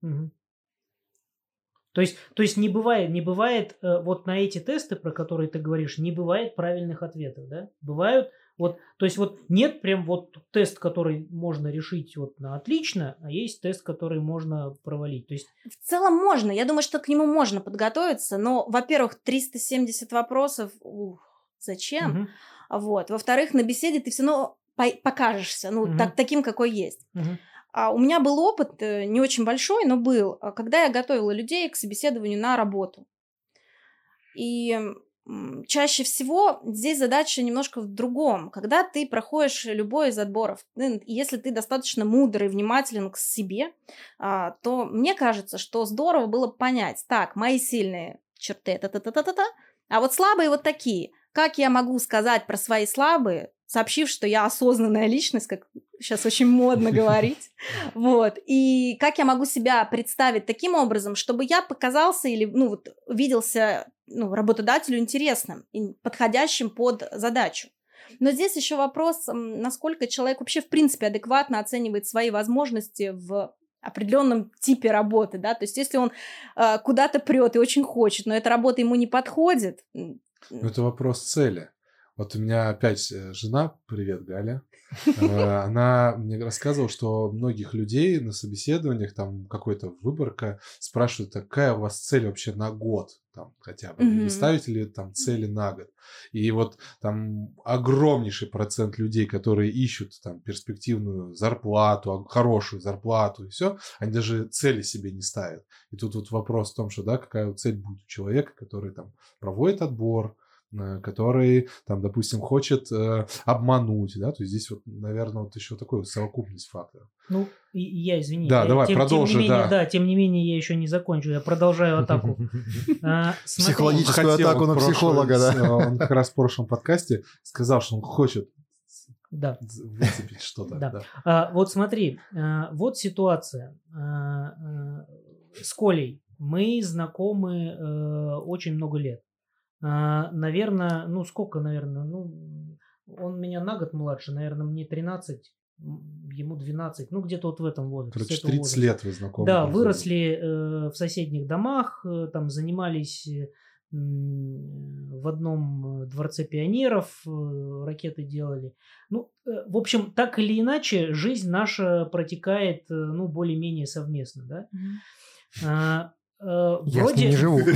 То есть не бывает вот на эти тесты, про которые ты говоришь, не бывает правильных ответов, да? Бывают вот, то есть вот нет прям вот тест, который можно решить вот на отлично, а есть тест, который можно провалить. То есть... В целом можно. Я думаю, что к нему можно подготовиться, но, во-первых, 370 вопросов, зачем? Вот. Во-вторых, на беседе ты все равно покажешься, таким, какой есть. У меня был опыт, не очень большой, но был, когда я готовила людей к собеседованию на работу. И чаще всего здесь задача немножко в другом. Когда ты проходишь любой из отборов, если ты достаточно мудрый, внимателен к себе, то мне кажется, что здорово было понять, так, мои сильные черты, та-та-та-та-та-та, а вот слабые вот такие. Как я могу сказать про свои слабые, сообщив, что я осознанная личность, как сейчас очень модно говорить, вот, и как я могу себя представить таким образом, чтобы я показался или, виделся, работодателю интересным и подходящим под задачу. Но здесь еще вопрос, насколько человек вообще в принципе адекватно оценивает свои возможности в определенном типе работы, да, то есть если он куда-то прет и очень хочет, но эта работа ему не подходит. Это вопрос цели. Вот у меня опять жена, привет, Галя, она мне рассказывала, что многих людей на собеседованиях, там какой-то выборка, спрашивают, какая у вас цель вообще на год, там хотя бы, вы ставите ли там цели на год? И вот там огромнейший процент людей, которые ищут там перспективную зарплату, хорошую зарплату и все, они даже цели себе не ставят. И тут вот вопрос в том, что, да, какая цель будет у человека, который там проводит отбор, который, там, допустим, хочет обмануть, да, то есть здесь вот, наверное, вот еще такой совокупность факторов. Ну, я, извини. Да, давай, продолжи, тем не менее, да. Тем не менее, я еще не закончу, я продолжаю атаку. Психологическую атаку на психолога, да. Он как раз в прошлом подкасте сказал, что он хочет выцепить что-то. Да. Вот смотри, вот ситуация с Колей. Мы знакомы очень много лет. Наверное, он меня на год младше, наверное, мне 13, ему 12, где-то вот в этом возрасте. Короче, 30 лет вы знакомы. Да, выросли в соседних домах, там занимались в одном дворце пионеров, ракеты делали. В общем, так или иначе, жизнь наша протекает, более-менее совместно, да. Я с ним не живу.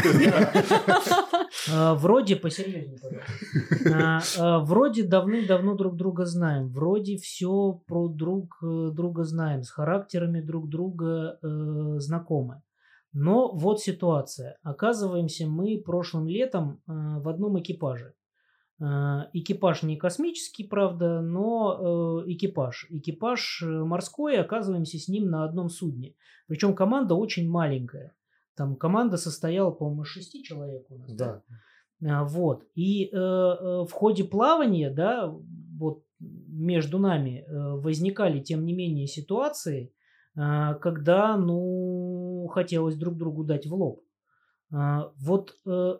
Вроде, посерьезнее, пожалуйста. Вроде давным-давно друг друга знаем. Вроде все про друг друга знаем. С характерами друг друга знакомы. Но вот ситуация. Оказываемся мы прошлым летом в одном экипаже. Экипаж не космический, правда, но экипаж. Экипаж морской, оказываемся с ним на одном судне. Причем команда очень маленькая. Там команда состояла, по-моему, из 6 человек у нас. Да. Вот. И в ходе плавания, да, вот между нами возникали, тем не менее, ситуации, когда, хотелось друг другу дать в лоб. Вот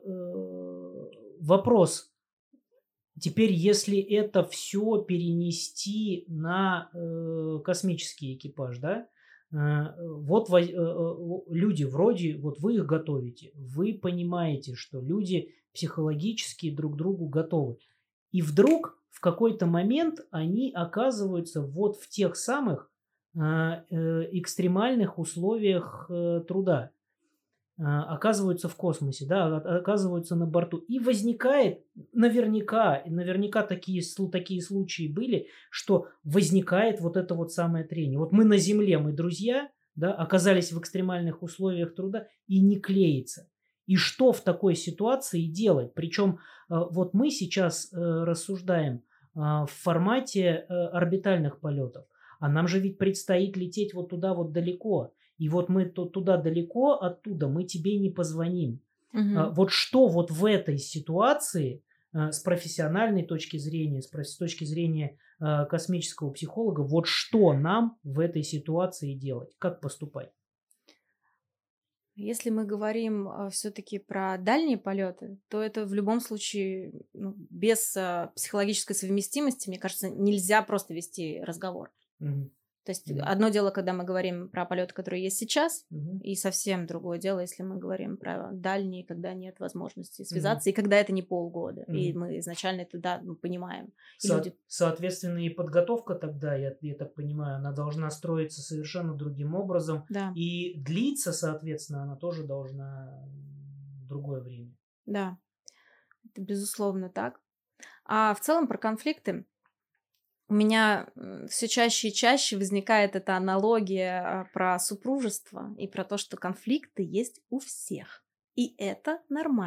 вопрос. Теперь, если это все перенести на космический экипаж, да, вот люди вроде, вот вы их готовите, вы понимаете, что люди психологически друг другу готовы. И вдруг в какой-то момент они оказываются вот в тех самых экстремальных условиях труда. Оказываются в космосе, да, оказываются на борту. И возникает, наверняка такие случаи были, что возникает вот это вот самое трение. Вот мы на Земле, мы друзья, да, оказались в экстремальных условиях труда и не клеится. И что в такой ситуации делать? Причем вот мы сейчас рассуждаем в формате орбитальных полетов. А нам же ведь предстоит лететь вот туда вот далеко. И вот мы туда далеко, оттуда мы тебе не позвоним. Угу. Вот что вот в этой ситуации с профессиональной точки зрения, с точки зрения космического психолога, вот что нам в этой ситуации делать? Как поступать? Если мы говорим все-таки про дальние полеты, то это в любом случае без психологической совместимости, мне кажется, нельзя просто вести разговор. Угу. То есть одно дело, когда мы говорим про полеты, которые есть сейчас, и совсем другое дело, если мы говорим про дальние, когда нет возможности связаться, и когда это не полгода, и мы изначально туда понимаем. Соответственно, и подготовка тогда, я так понимаю, она должна строиться совершенно другим образом, и длиться, соответственно, она тоже должна другое время. Да, это безусловно так. А в целом про конфликты. У меня все чаще и чаще возникает эта аналогия про супружество и про то, что конфликты есть у всех. И это нормально.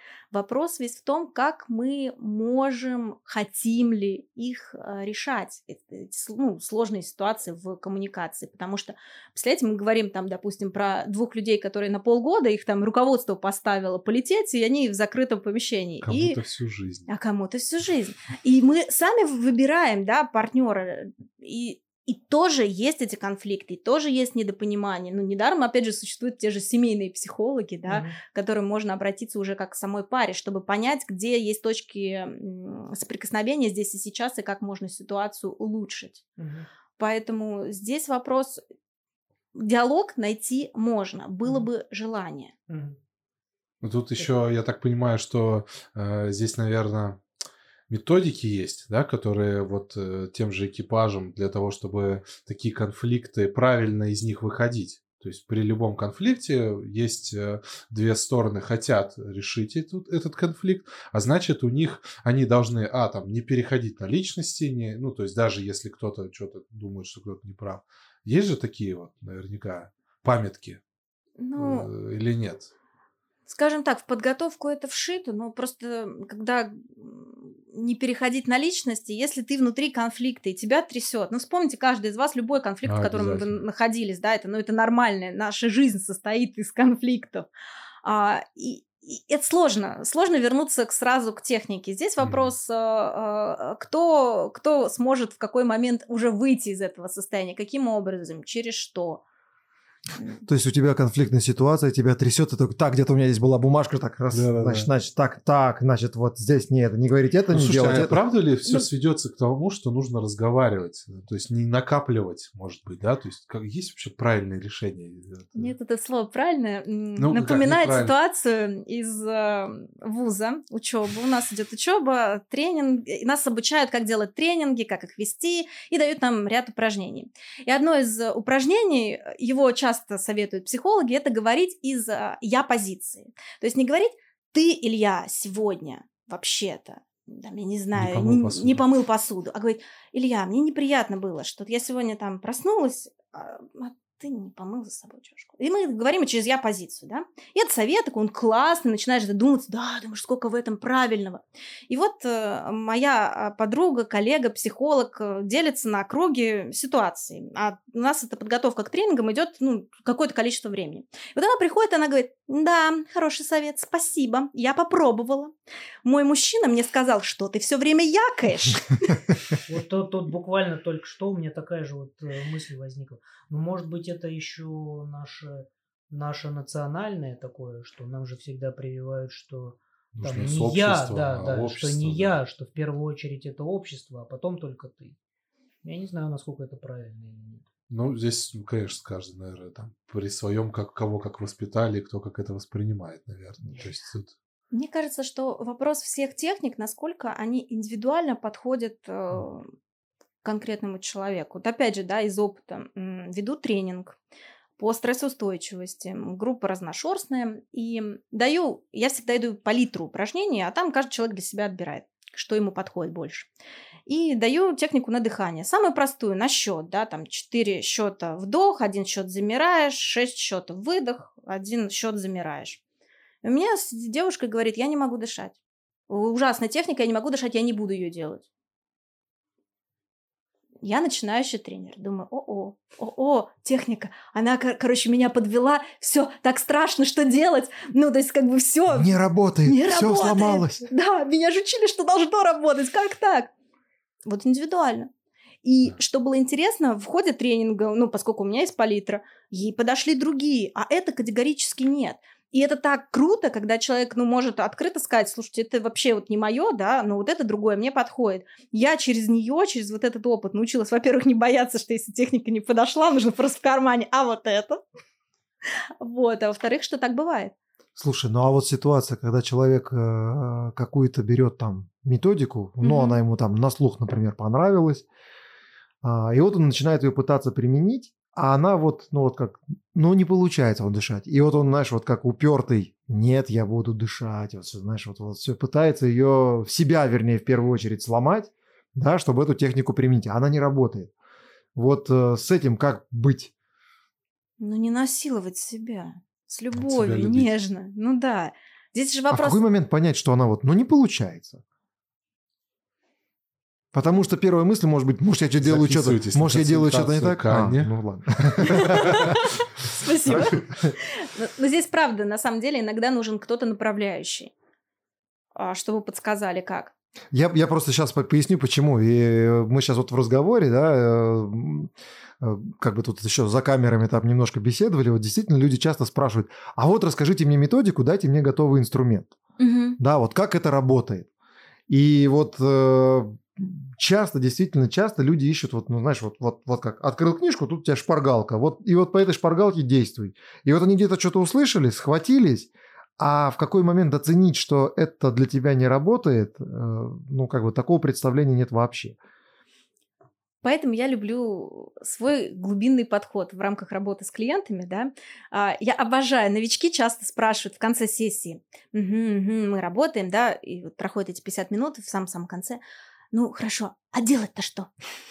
Вопрос весь в том, как мы можем, хотим ли их решать, эти сложные ситуации в коммуникации. Потому что, представляете, мы говорим там, допустим, про 2 людей, которые на полгода, их там руководство поставило полететь, и они в закрытом помещении. Кому-то всю жизнь. А кому-то всю жизнь. И мы сами выбираем, да, партнера. И тоже есть эти конфликты, и тоже есть недопонимание. Ну, недаром, опять же, существуют те же семейные психологи, да, к которым можно обратиться уже как к самой паре, чтобы понять, где есть точки соприкосновения здесь и сейчас, и как можно ситуацию улучшить. Поэтому здесь вопрос... Диалог найти можно, было бы желание. Ну, тут еще, я так понимаю, что здесь, наверное... методики есть, да, которые вот тем же экипажем для того, чтобы такие конфликты, правильно из них выходить. То есть при любом конфликте есть 2 стороны хотят решить этот конфликт, а значит у них они должны, там, не переходить на личности, ну, то есть даже если кто-то что-то думает, что кто-то не прав. Есть же такие вот, наверняка, памятки или нет? Скажем так, в подготовку это вшито, но просто когда не переходить на личности, если ты внутри конфликта и тебя трясет. Ну, вспомните, каждый из вас, любой конфликт, в котором вы находились, да, это нормально, наша жизнь состоит из конфликтов. И это сложно вернуться сразу к технике. Здесь вопрос, кто сможет в какой момент уже выйти из этого состояния, каким образом, через что. То есть у тебя конфликтная ситуация, тебя трясет, и только так, где-то у меня здесь была бумажка, так раз, значит, так, значит, вот здесь не это, не говорить это, не делать это. Правда ли все сведется к тому, что нужно разговаривать, то есть не накапливать, может быть, да, то есть есть вообще правильное решение? Нет, это слово правильное напоминает ситуацию из вуза, учебы. У нас идет учеба, тренинг, и нас обучают, как делать тренинги, как их вести, и дают нам ряд упражнений. И одно из упражнений, его часто советуют психологи, это говорить из «я-позиции». То есть не говорить «ты, Илья, сегодня вообще-то, я не знаю, не помыл посуду», а говорить «Илья, мне неприятно было, что я сегодня там проснулась, а ты не помыл за собой чашку». И мы говорим через «я-позицию», да? И это совет, такой он классный, начинаешь задумываться, да, думаешь, сколько в этом правильного. И вот моя подруга, коллега, психолог делится на круге ситуаций. А у нас эта подготовка к тренингам идет какое-то количество времени. И вот она приходит, она говорит: да, хороший совет, спасибо, я попробовала. Мой мужчина мне сказал, что ты все время якаешь. Вот тут буквально только что у меня такая же вот мысль возникла. Ну, может быть, это еще наше национальное такое, что нам же всегда прививают, что там не я, что не я, что в первую очередь это общество, а потом только ты. Я не знаю, насколько это правильно или нет. Ну, здесь, конечно, каждый, наверное, там при своем, кого как воспитали, кто как это воспринимает, наверное. То есть тут... Мне кажется, что вопрос всех техник, насколько они индивидуально подходят к конкретному человеку. Вот опять же, да, из опыта веду тренинг по стрессоустойчивости, группа разношерстная, и я всегда даю палитру упражнений, а там каждый человек для себя отбирает, что ему подходит больше. И даю технику на дыхание. Самую простую, на счет, да, там 4 счета вдох, 1 счет замираешь, 6 счетов выдох, 1 счет замираешь. И у меня девушка говорит: я не могу дышать. Ужасная техника, я не могу дышать, я не буду ее делать. Я начинающий тренер. Думаю, техника. Она, меня подвела. Все, так страшно, что делать? Ну, то есть, все. Не работает, все сломалось. Да, меня же учили, что должно работать. Как так? Вот индивидуально. И что было интересно, в ходе тренинга, поскольку у меня есть палитра, ей подошли другие, а это категорически нет. И это так круто, когда человек, может открыто сказать: слушайте, это вообще вот не мое, да, но вот это другое мне подходит. Я через нее, через вот этот опыт научилась, во-первых, не бояться, что если техника не подошла, нужно просто в кармане, а вот это. Вот, а во-вторых, что так бывает. Слушай, а вот ситуация, когда человек какую-то берет там методику, она ему там на слух, например, понравилась, и вот он начинает ее пытаться применить, а она не получается он дышать. И вот он, знаешь, вот как упертый: нет, я буду дышать. Вот, знаешь, вот все пытается ее, себя, вернее, в первую очередь сломать, да, чтобы эту технику применить. А она не работает. Вот с этим как быть? Не насиловать себя. С любовью, нежно. Да. Здесь же вопрос... А в какой момент понять, что она не получается? Потому что первая мысль может быть, может, я делаю что-то, может, я делаю что-то не так? Ну ладно. Спасибо. Но здесь правда, на самом деле, иногда нужен кто-то направляющий, чтобы подсказали, как. Я просто сейчас поясню, почему. И мы сейчас в разговоре, да, как бы тут еще за камерами там немножко беседовали, действительно люди часто спрашивают, а вот расскажите мне методику, дайте мне готовый инструмент. Да, как это работает. И действительно часто люди ищут, знаешь, как, открыл книжку, тут у тебя шпаргалка, и по этой шпаргалке действуй. И они где-то что-то услышали, схватились, а в какой момент оценить, что это для тебя не работает, такого представления нет вообще. Поэтому я люблю свой глубинный подход в рамках работы с клиентами, да. Я обожаю, новички часто спрашивают в конце сессии, мы работаем, да, и проходят эти 50 минут, в самом-самом конце, ну, хорошо, а делать-то что?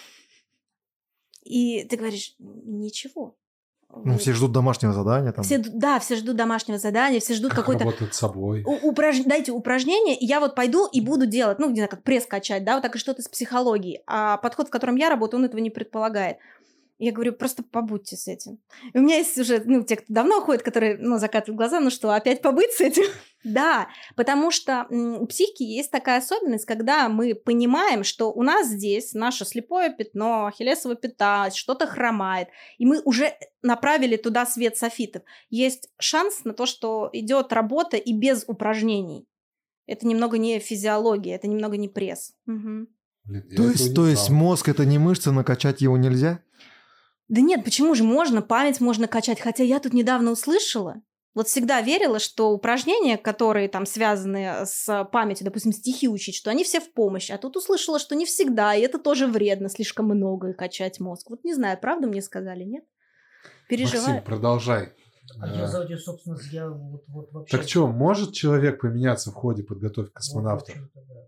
И ты говоришь, ничего. Все ждут домашнего задания. Все ждут домашнего задания, все ждут какой-то... Работать с собой. Дайте упражнение, и я пойду и буду делать, не знаю, как пресс качать, да, так и что-то с психологией. А подход, в котором я работаю, он этого не предполагает. Я говорю, просто побудьте с этим. И у меня есть уже, те, кто давно ходит, которые, закатывают глаза, что, опять побыть с этим? Да, потому что у психики есть такая особенность, когда мы понимаем, что у нас здесь наше слепое пятно, ахиллесова пята, что-то хромает, и мы уже направили туда свет софитов. Есть шанс на то, что идет работа и без упражнений. Это немного не физиология, это немного не пресс. Угу. То есть мозг — это не мышца, накачать его нельзя? Да нет, почему же можно? Память можно качать. Хотя я тут недавно услышала, всегда верила, что упражнения, которые там связаны с памятью, допустим, стихи учить, что они все в помощь. А тут услышала, что не всегда, и это тоже вредно, слишком много и качать мозг. Не знаю, правда мне сказали, нет? Переживаю. Максим, продолжай. Собственно, я вообще... Так что, может человек поменяться в ходе подготовки космонавтов?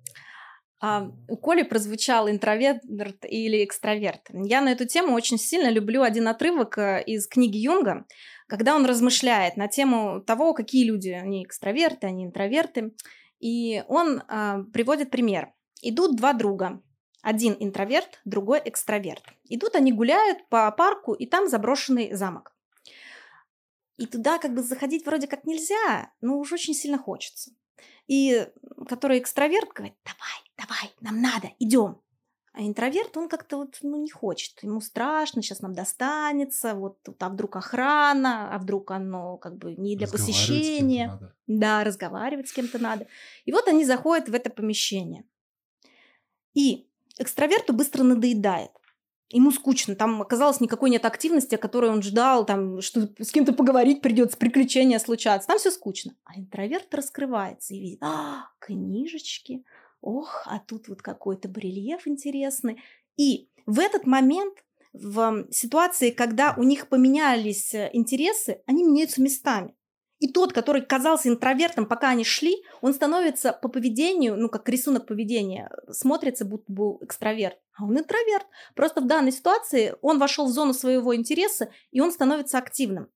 У Коли прозвучал интроверт или экстраверт. Я на эту тему очень сильно люблю один отрывок из книги Юнга, когда он размышляет на тему того, какие люди, они экстраверты, они интроверты. И он приводит пример. Идут два друга. Один интроверт, другой экстраверт. Идут они гуляют по парку, и там заброшенный замок. И туда заходить вроде как нельзя, но уж очень сильно хочется. И который экстраверт говорит, давай, нам надо, идем. А интроверт, он как-то не хочет. Ему страшно, сейчас нам достанется, а вдруг охрана, а вдруг оно не для посещения. Да, разговаривать с кем-то надо. И они заходят в это помещение. И экстраверту быстро надоедает. Ему скучно, там оказалось никакой нет активности, о которой он ждал, там, что с кем-то поговорить придется, приключения случатся, там все скучно. А интроверт раскрывается и видит, книжечки, а тут какой-то барельеф интересный. И в этот момент, в ситуации, когда у них поменялись интересы, они меняются местами. И тот, который казался интровертом, пока они шли, он становится по поведению, как рисунок поведения, смотрится, будто бы экстраверт. А он интроверт. Просто в данной ситуации он вошел в зону своего интереса, и он становится активным.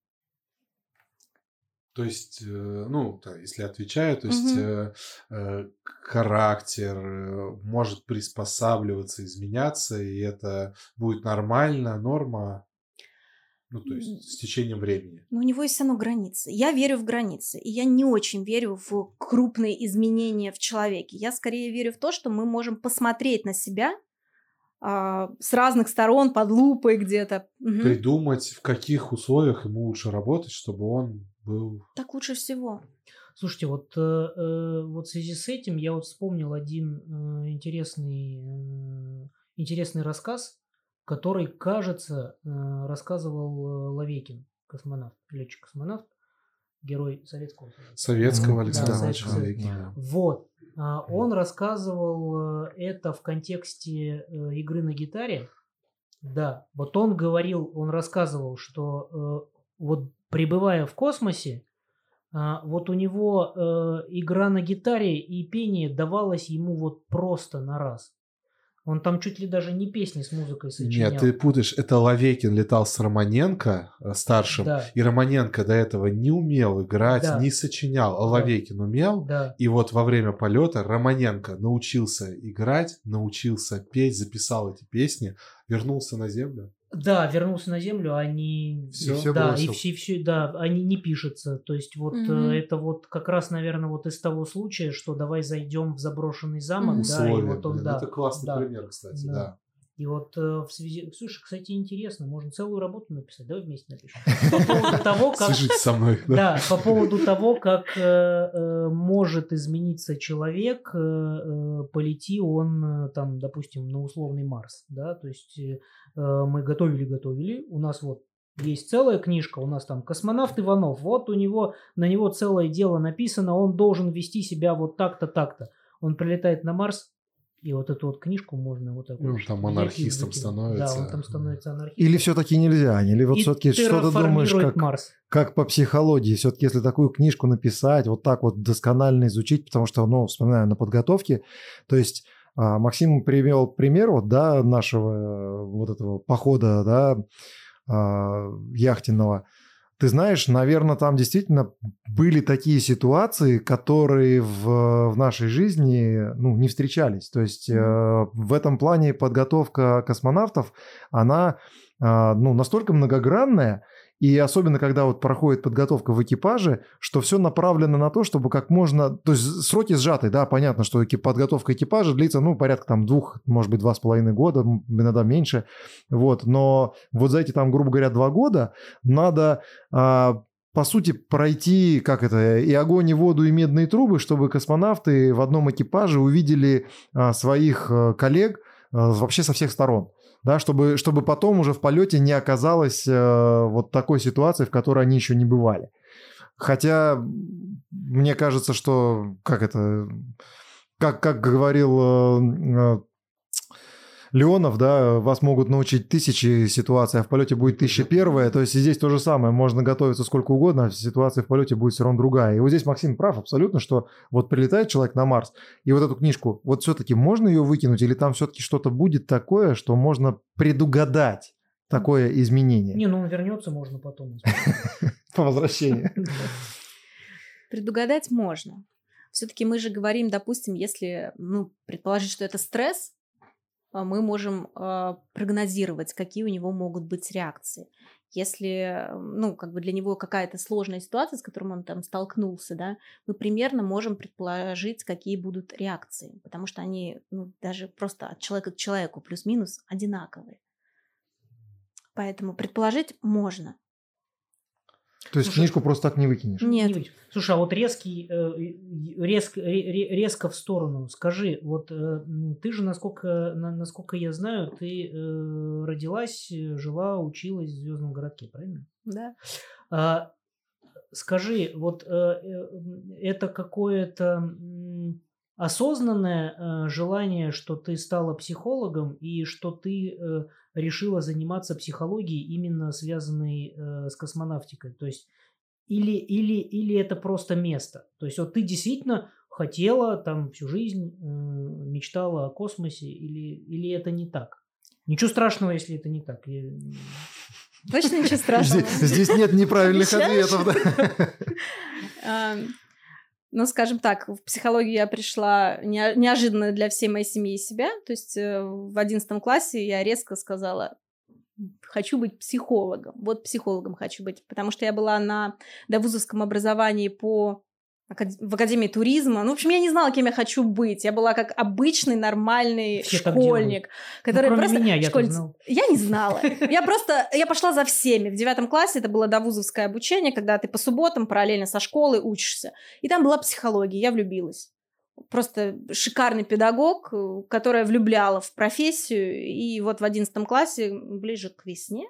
То есть, если отвечаю, то есть характер может приспосабливаться, изменяться, и это будет нормально, норма. То есть с течением времени. Но у него есть все равно границы. Я верю в границы. И я не очень верю в крупные изменения в человеке. Я скорее верю в то, что мы можем посмотреть на себя с разных сторон, под лупой где-то. Придумать, в каких условиях ему лучше работать, чтобы он был... Так лучше всего. Слушайте, в связи с этим я вспомнил один интересный рассказ, который, кажется, рассказывал Лавекин, космонавт, летчик-космонавт, герой Советского Александра Ивановича Лавекина. Он рассказывал это в контексте игры на гитаре. Да, он рассказывал, что пребывая в космосе, у него игра на гитаре и пение давалось ему просто на раз. Он там чуть ли даже не песни с музыкой сочинял. Нет, ты путаешь. Это Лавекин летал с Романенко старшим, Да. и Романенко до этого не умел играть, Да. не сочинял, а Лавекин умел. Да. И вот во время полета Романенко научился играть, научился петь, записал эти песни, вернулся на землю. Да, вернулся на землю, они... Всё? И все Да, бросил. и все, да, они не пишутся. То есть вот это вот как раз, наверное, вот из того случая, что давай зайдем в заброшенный замок, да, и Условия, вот он, блин, да. это классный да, пример, кстати, да. да. И вот в связи... Слушай, кстати, интересно, можно целую работу написать, давай вместе напишем. По поводу того, как... Свяжитесь со мной. Да, по поводу того, как может измениться человек, полети он там, допустим, на условный Марс, да, то есть мы готовили, у нас вот есть целая книжка, у нас там космонавт Иванов, вот на него целое дело написано, он должен вести себя вот так-то, так-то. Он прилетает на Марс, и вот эту вот книжку можно вот так вот... Он там анархистом становится. Да, он там становится анархистом. Или все-таки нельзя? Или вот И все-таки что ты думаешь, Марс. как по психологии? Все-таки если такую книжку написать, вот так вот досконально изучить, потому что, ну, вспоминаю на подготовке, то есть Максим привел пример вот, да, нашего вот этого похода, да, яхтенного. Ты знаешь, наверное, там действительно были такие ситуации, которые в нашей жизни, ну, не встречались. То есть в этом плане подготовка космонавтов, она, ну, настолько многогранная, и особенно, когда вот проходит подготовка в экипаже, что все направлено на то, чтобы как можно... То есть сроки сжаты, да, понятно, что подготовка экипажа длится, ну, порядка там 2, может быть, 2,5 года, иногда меньше, вот. Но вот за эти там, грубо говоря, 2 года надо... по сути, пройти, как это, и огонь, и воду, и медные трубы, чтобы космонавты в одном экипаже увидели своих коллег вообще со всех сторон. Да, чтобы потом уже в полете не оказалось вот такой ситуации, в которой они еще не бывали. Хотя, мне кажется, что, как говорил Леонов, да, вас могут научить 1000 ситуаций, а в полете будет 1001. То есть и здесь то же самое. Можно готовиться сколько угодно, а ситуация в полете будет все равно другая. И вот здесь Максим прав абсолютно, что вот прилетает человек на Марс, и вот эту книжку, вот все-таки можно ее выкинуть, или там все-таки что-то будет такое, что можно предугадать такое изменение? Не, ну он вернется, можно потом. По возвращении. Предугадать можно. Все-таки мы же говорим, допустим, если предположить, что это стресс, мы можем прогнозировать, какие у него могут быть реакции. Если, для него какая-то сложная ситуация, с которой он там столкнулся, да, мы примерно можем предположить, какие будут реакции, потому что они, даже просто от человека к человеку плюс-минус одинаковые. Поэтому предположить можно. То есть книжку просто так не выкинешь? Нет. Слушай, а вот резко в сторону. Скажи, вот ты же, насколько я знаю, ты родилась, жила, училась в Звездном городке, правильно? Да. Скажи, вот это какое-то осознанное желание, что ты стала психологом и что ты решила заниматься психологией, именно связанной с космонавтикой? То есть или это просто место? То есть вот ты действительно хотела там всю жизнь, мечтала о космосе, или это не так? Ничего страшного, если это не так. Точно ничего страшного. Здесь нет неправильных ответов. Скажем так, в психологию я пришла неожиданно для всей моей семьи и себя. То есть в 11 классе я резко сказала: хочу быть психологом. Вот психологом хочу быть. Потому что я была на довузовском образовании в Академии туризма. В общем, я не знала, кем я хочу быть. Я была как обычный нормальный школьник, который кроме просто... меня, Я не знала. Я пошла за всеми. В 9 классе это было довузовское обучение, когда ты по субботам параллельно со школой учишься. И там была психология. Я влюбилась. Просто шикарный педагог, которая влюбляла в профессию. И вот в 11 классе, ближе к весне,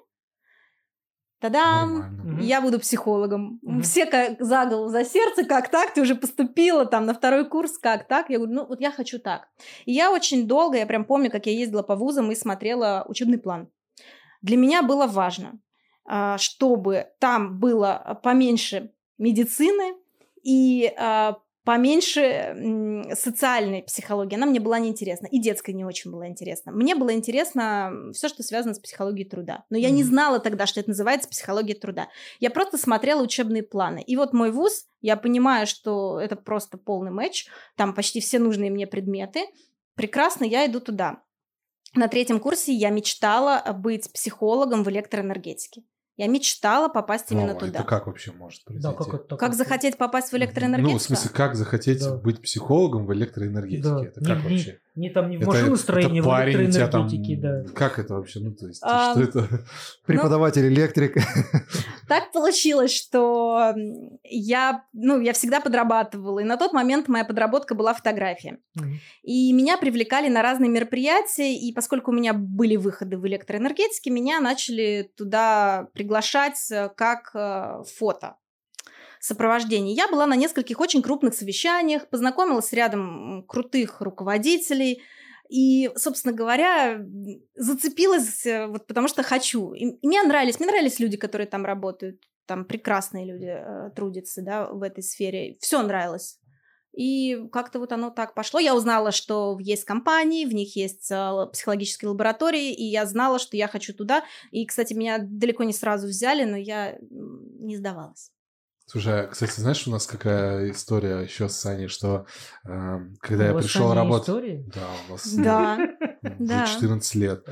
та-дам! Я буду психологом. Все за голову, за сердце, как так? Ты уже поступила там на 2 курс, как так? Я говорю, вот я хочу так. И я очень долго, я прям помню, как я ездила по вузам и смотрела учебный план. Для меня было важно, чтобы там было поменьше медицины и поменьше социальной психологии. Она мне была неинтересна. И детская не очень была интересна. Мне было интересно все, что связано с психологией труда. Но я не знала тогда, что это называется психология труда. Я просто смотрела учебные планы. И вот мой вуз, я понимаю, что это просто полный матч. Там почти все нужные мне предметы. Прекрасно, я иду туда. На 3-м курсе я мечтала быть психологом в электроэнергетике. Я мечтала попасть именно туда. Это как вообще может произойти? Да, как захотеть попасть в электроэнергетику? Ну, в смысле, как захотеть быть психологом в электроэнергетике? Да. Это как вообще? Не в машиностроении, в электроэнергетике, да. Как это вообще? Ну, то есть, что это? Преподаватель электрик. Так получилось, что я всегда подрабатывала. И на тот момент моя подработка была фотография. И меня привлекали на разные мероприятия. И поскольку у меня были выходы в электроэнергетике, меня начали туда приглашать как фото. Сопровождение. Я была на нескольких очень крупных совещаниях, познакомилась с рядом крутых руководителей и, собственно говоря, зацепилась вот потому что хочу. И мне нравились люди, которые там работают, там прекрасные люди трудятся, да, в этой сфере. Все нравилось. И как-то вот оно так пошло. Я узнала, что есть компании, в них есть психологические лаборатории, и я знала, что я хочу туда. И, кстати, меня далеко не сразу взяли, но я не сдавалась. Слушай, кстати, знаешь, у нас какая история еще с Саней, что когда я пришел работать... Да, у нас 14 лет.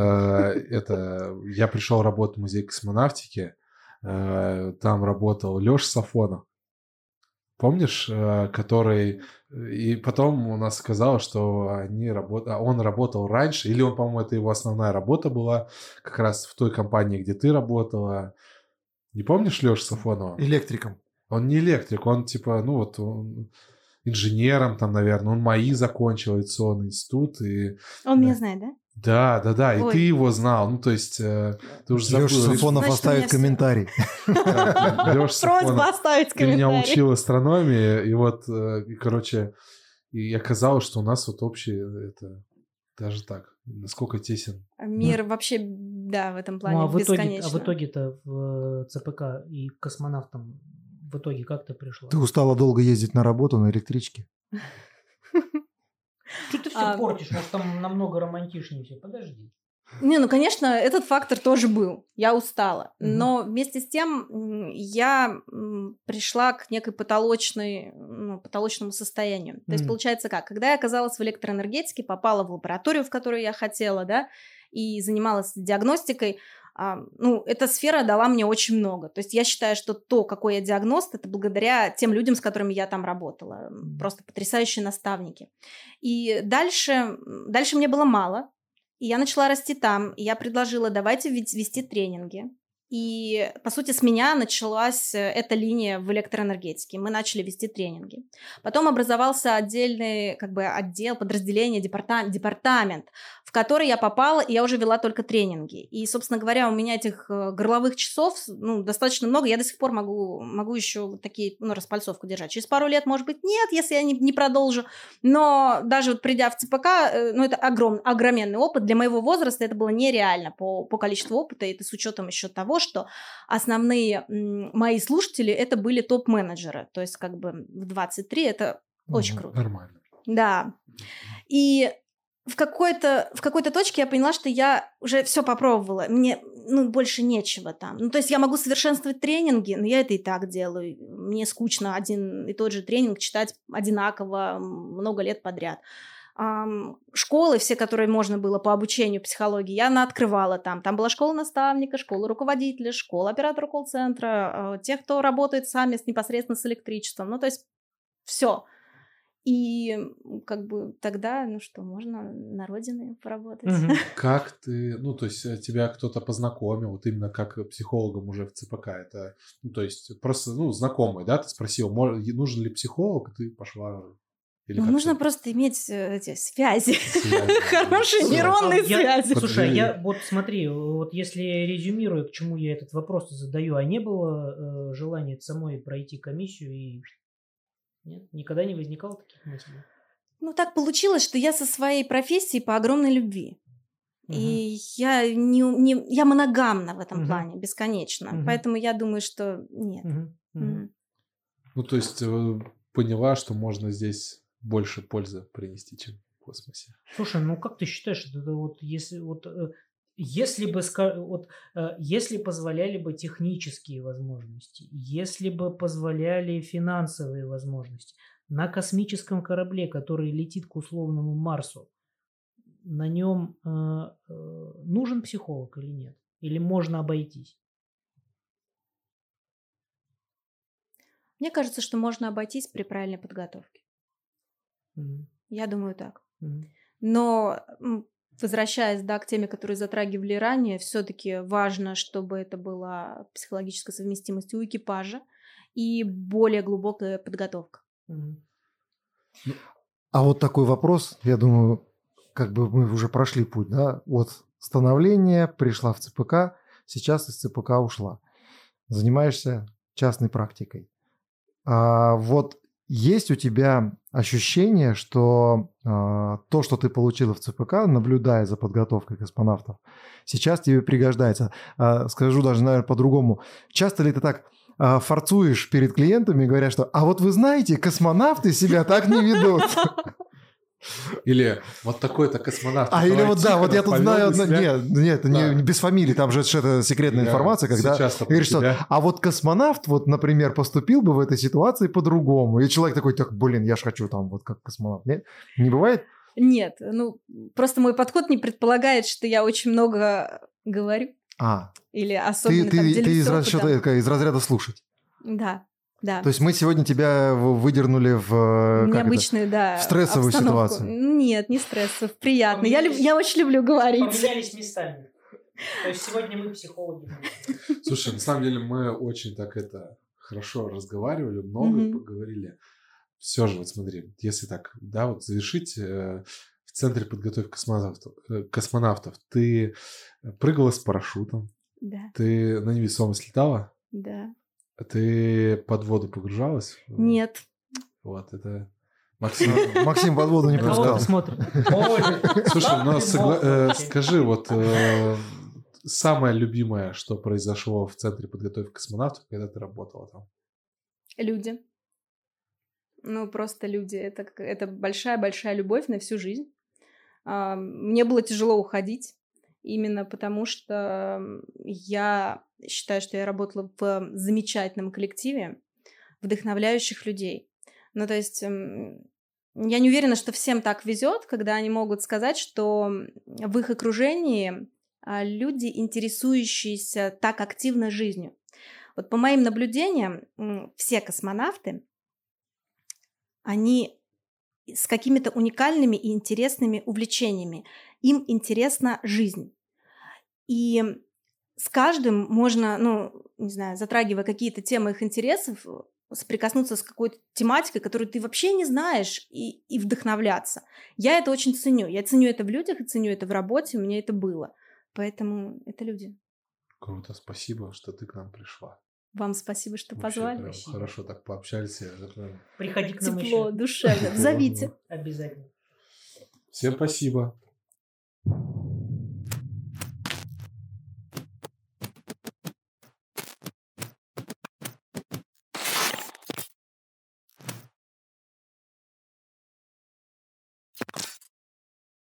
Я пришел работать в музей космонавтики, там работал Лёша Сафонов. Помнишь, который... И потом у нас сказалось, что он работал раньше, или он, по-моему, это его основная работа была, как раз в той компании, где ты работала. Не помнишь Лёшу Сафонова? Электриком. Он не электрик, он типа, он инженером там, наверное. Он МАИ закончил, авиационный институт. Он меня знает, да? Да. И ты его знал. Ну, то есть, ты уже забыл. Лёша Сафонов оставит комментарий. Лёша Сафонов. Оставить Ты меня учил астрономии. И вот, короче, и оказалось, что у нас вот общий, это даже так, насколько тесен. Мир вообще, да, в этом плане бесконечно. А в итоге-то в ЦПК и космонавтам в итоге как ты пришла? Ты устала долго ездить на работу на электричке? Что ты все портишь? Может, там намного романтичнее все. Подожди. Конечно, этот фактор тоже был. Я устала. Но вместе с тем я пришла к некой потолочному состоянию. То есть, получается как? Когда я оказалась в электроэнергетике, попала в лабораторию, в которую я хотела, да, и занималась диагностикой, эта сфера дала мне очень много. То есть я считаю, что то, какой я диагност, это благодаря тем людям, с которыми я там работала. Просто потрясающие наставники. И дальше мне было мало. И я начала расти там, и я предложила, давайте вести тренинги. И, по сути, с меня началась эта линия в электроэнергетике. Мы начали вести тренинги. Потом образовался отдельный отдел, подразделение, департамент, в который я попала, и я уже вела только тренинги. И, собственно говоря, у меня этих горловых часов достаточно много. Я до сих пор могу еще такие, распальцовку держать. Через пару лет, может быть, нет, если я не продолжу. Но даже вот придя в ЦПК, это огроменный опыт. Для моего возраста это было нереально по количеству опыта. И это с учетом еще того, что основные мои слушатели это были топ-менеджеры. То есть в 23 это очень круто. Нормально. Да. И в какой-то точке я поняла, что я уже все попробовала. Мне больше нечего там. То есть я могу совершенствовать тренинги, но я это и так делаю. Мне скучно один и тот же тренинг читать одинаково много лет подряд. Школы все, которые можно было по обучению психологии, я открывала там. Там была школа наставника, школа руководителя, школа оператора колл-центра, тех, кто работает сами непосредственно с электричеством. То есть все. И тогда, можно на родине поработать. Как ты, то есть тебя кто-то познакомил, вот именно как психологом уже в ЦПК, это, то есть просто, знакомый, да, ты спросил, нужен ли психолог, и ты пошла... Нужно просто иметь эти связи. Хорошие нейронные связи. Слушай, смотри, если резюмирую, к чему я этот вопрос задаю, а не было желания самой пройти комиссию и... Нет? Никогда не возникало таких мыслей? Так получилось, что я со своей профессией по огромной любви. И я моногамна в этом плане, бесконечно. Поэтому я думаю, что нет. То есть... поняла, что можно здесь больше пользы принести, чем в космосе. Слушай, ну как ты считаешь, это вот если позволяли бы технические возможности, если бы позволяли финансовые возможности, на космическом корабле, который летит к условному Марсу, на нем нужен психолог или нет? Или можно обойтись? Мне кажется, что можно обойтись при правильной подготовке. Я думаю так. Но возвращаясь, да, к теме, которую затрагивали ранее, все-таки важно, чтобы это была психологическая совместимость у экипажа и более глубокая подготовка. А вот такой вопрос, я думаю, как бы мы уже прошли путь, да, от становления пришла в ЦПК, сейчас из ЦПК ушла. Занимаешься частной практикой. А вот есть у тебя ощущение, что то, что ты получила в ЦПК, наблюдая за подготовкой космонавтов, сейчас тебе пригождается? Скажу даже, наверное, по-другому. Часто ли ты так форцуешь перед клиентами, говоря, что «а вот вы знаете, космонавты себя так не ведут». Или вот такой-то космонавт. Или вот да, вот я тут знаю, нет, не без фамилии, там же это секретная информация, когда говоришь, что а вот космонавт, вот, например, поступил бы в этой ситуации по-другому. И человек такой, так, блин, я ж хочу там вот как космонавт. Нет? Не бывает? Нет, ну просто мой подход не предполагает, что я очень много говорю. Или особенно там делюсь опытом. Ты из разряда слушать. Да. Да. То есть мы сегодня тебя выдернули в необычную, в стрессовую обстановку. Ситуацию. Нет, не стрессовую, приятно. Я очень люблю говорить. Поменялись местами. То есть сегодня мы психологи. Слушай, на самом деле мы очень так хорошо разговаривали, много поговорили. Все же, вот смотри, если так, да, вот завершить, в центре подготовки космонавтов ты прыгала с парашютом. Да. Ты на невесомость летала? Да. Ты под воду погружалась? Нет. Вот, это... Максим под воду не пускал. Слушай, ну скажи, вот самое любимое, что произошло в центре подготовки космонавтов, когда ты работала там? Люди. Ну, просто люди. Это большая-большая любовь на всю жизнь. Мне было тяжело уходить. Именно потому, что я считаю, что я работала в замечательном коллективе вдохновляющих людей. Ну, то есть я не уверена, что всем так везет, когда они могут сказать, что в их окружении люди, интересующиеся так активно жизнью. Вот по моим наблюдениям, все космонавты, они с какими-то уникальными и интересными увлечениями. Им интересна жизнь. И с каждым можно, ну, не знаю, затрагивая какие-то темы их интересов, соприкоснуться с какой-то тематикой, которую ты вообще не знаешь, и вдохновляться. Я это очень ценю. Я ценю это в людях и ценю это в работе. У меня это было. Поэтому это люди. Круто. Спасибо, что ты к нам пришла. Вам спасибо, что позвали. Прям хорошо так пообщались. Приходи к нам еще. Тепло, душевно. Зовите. Обязательно. Всем спасибо.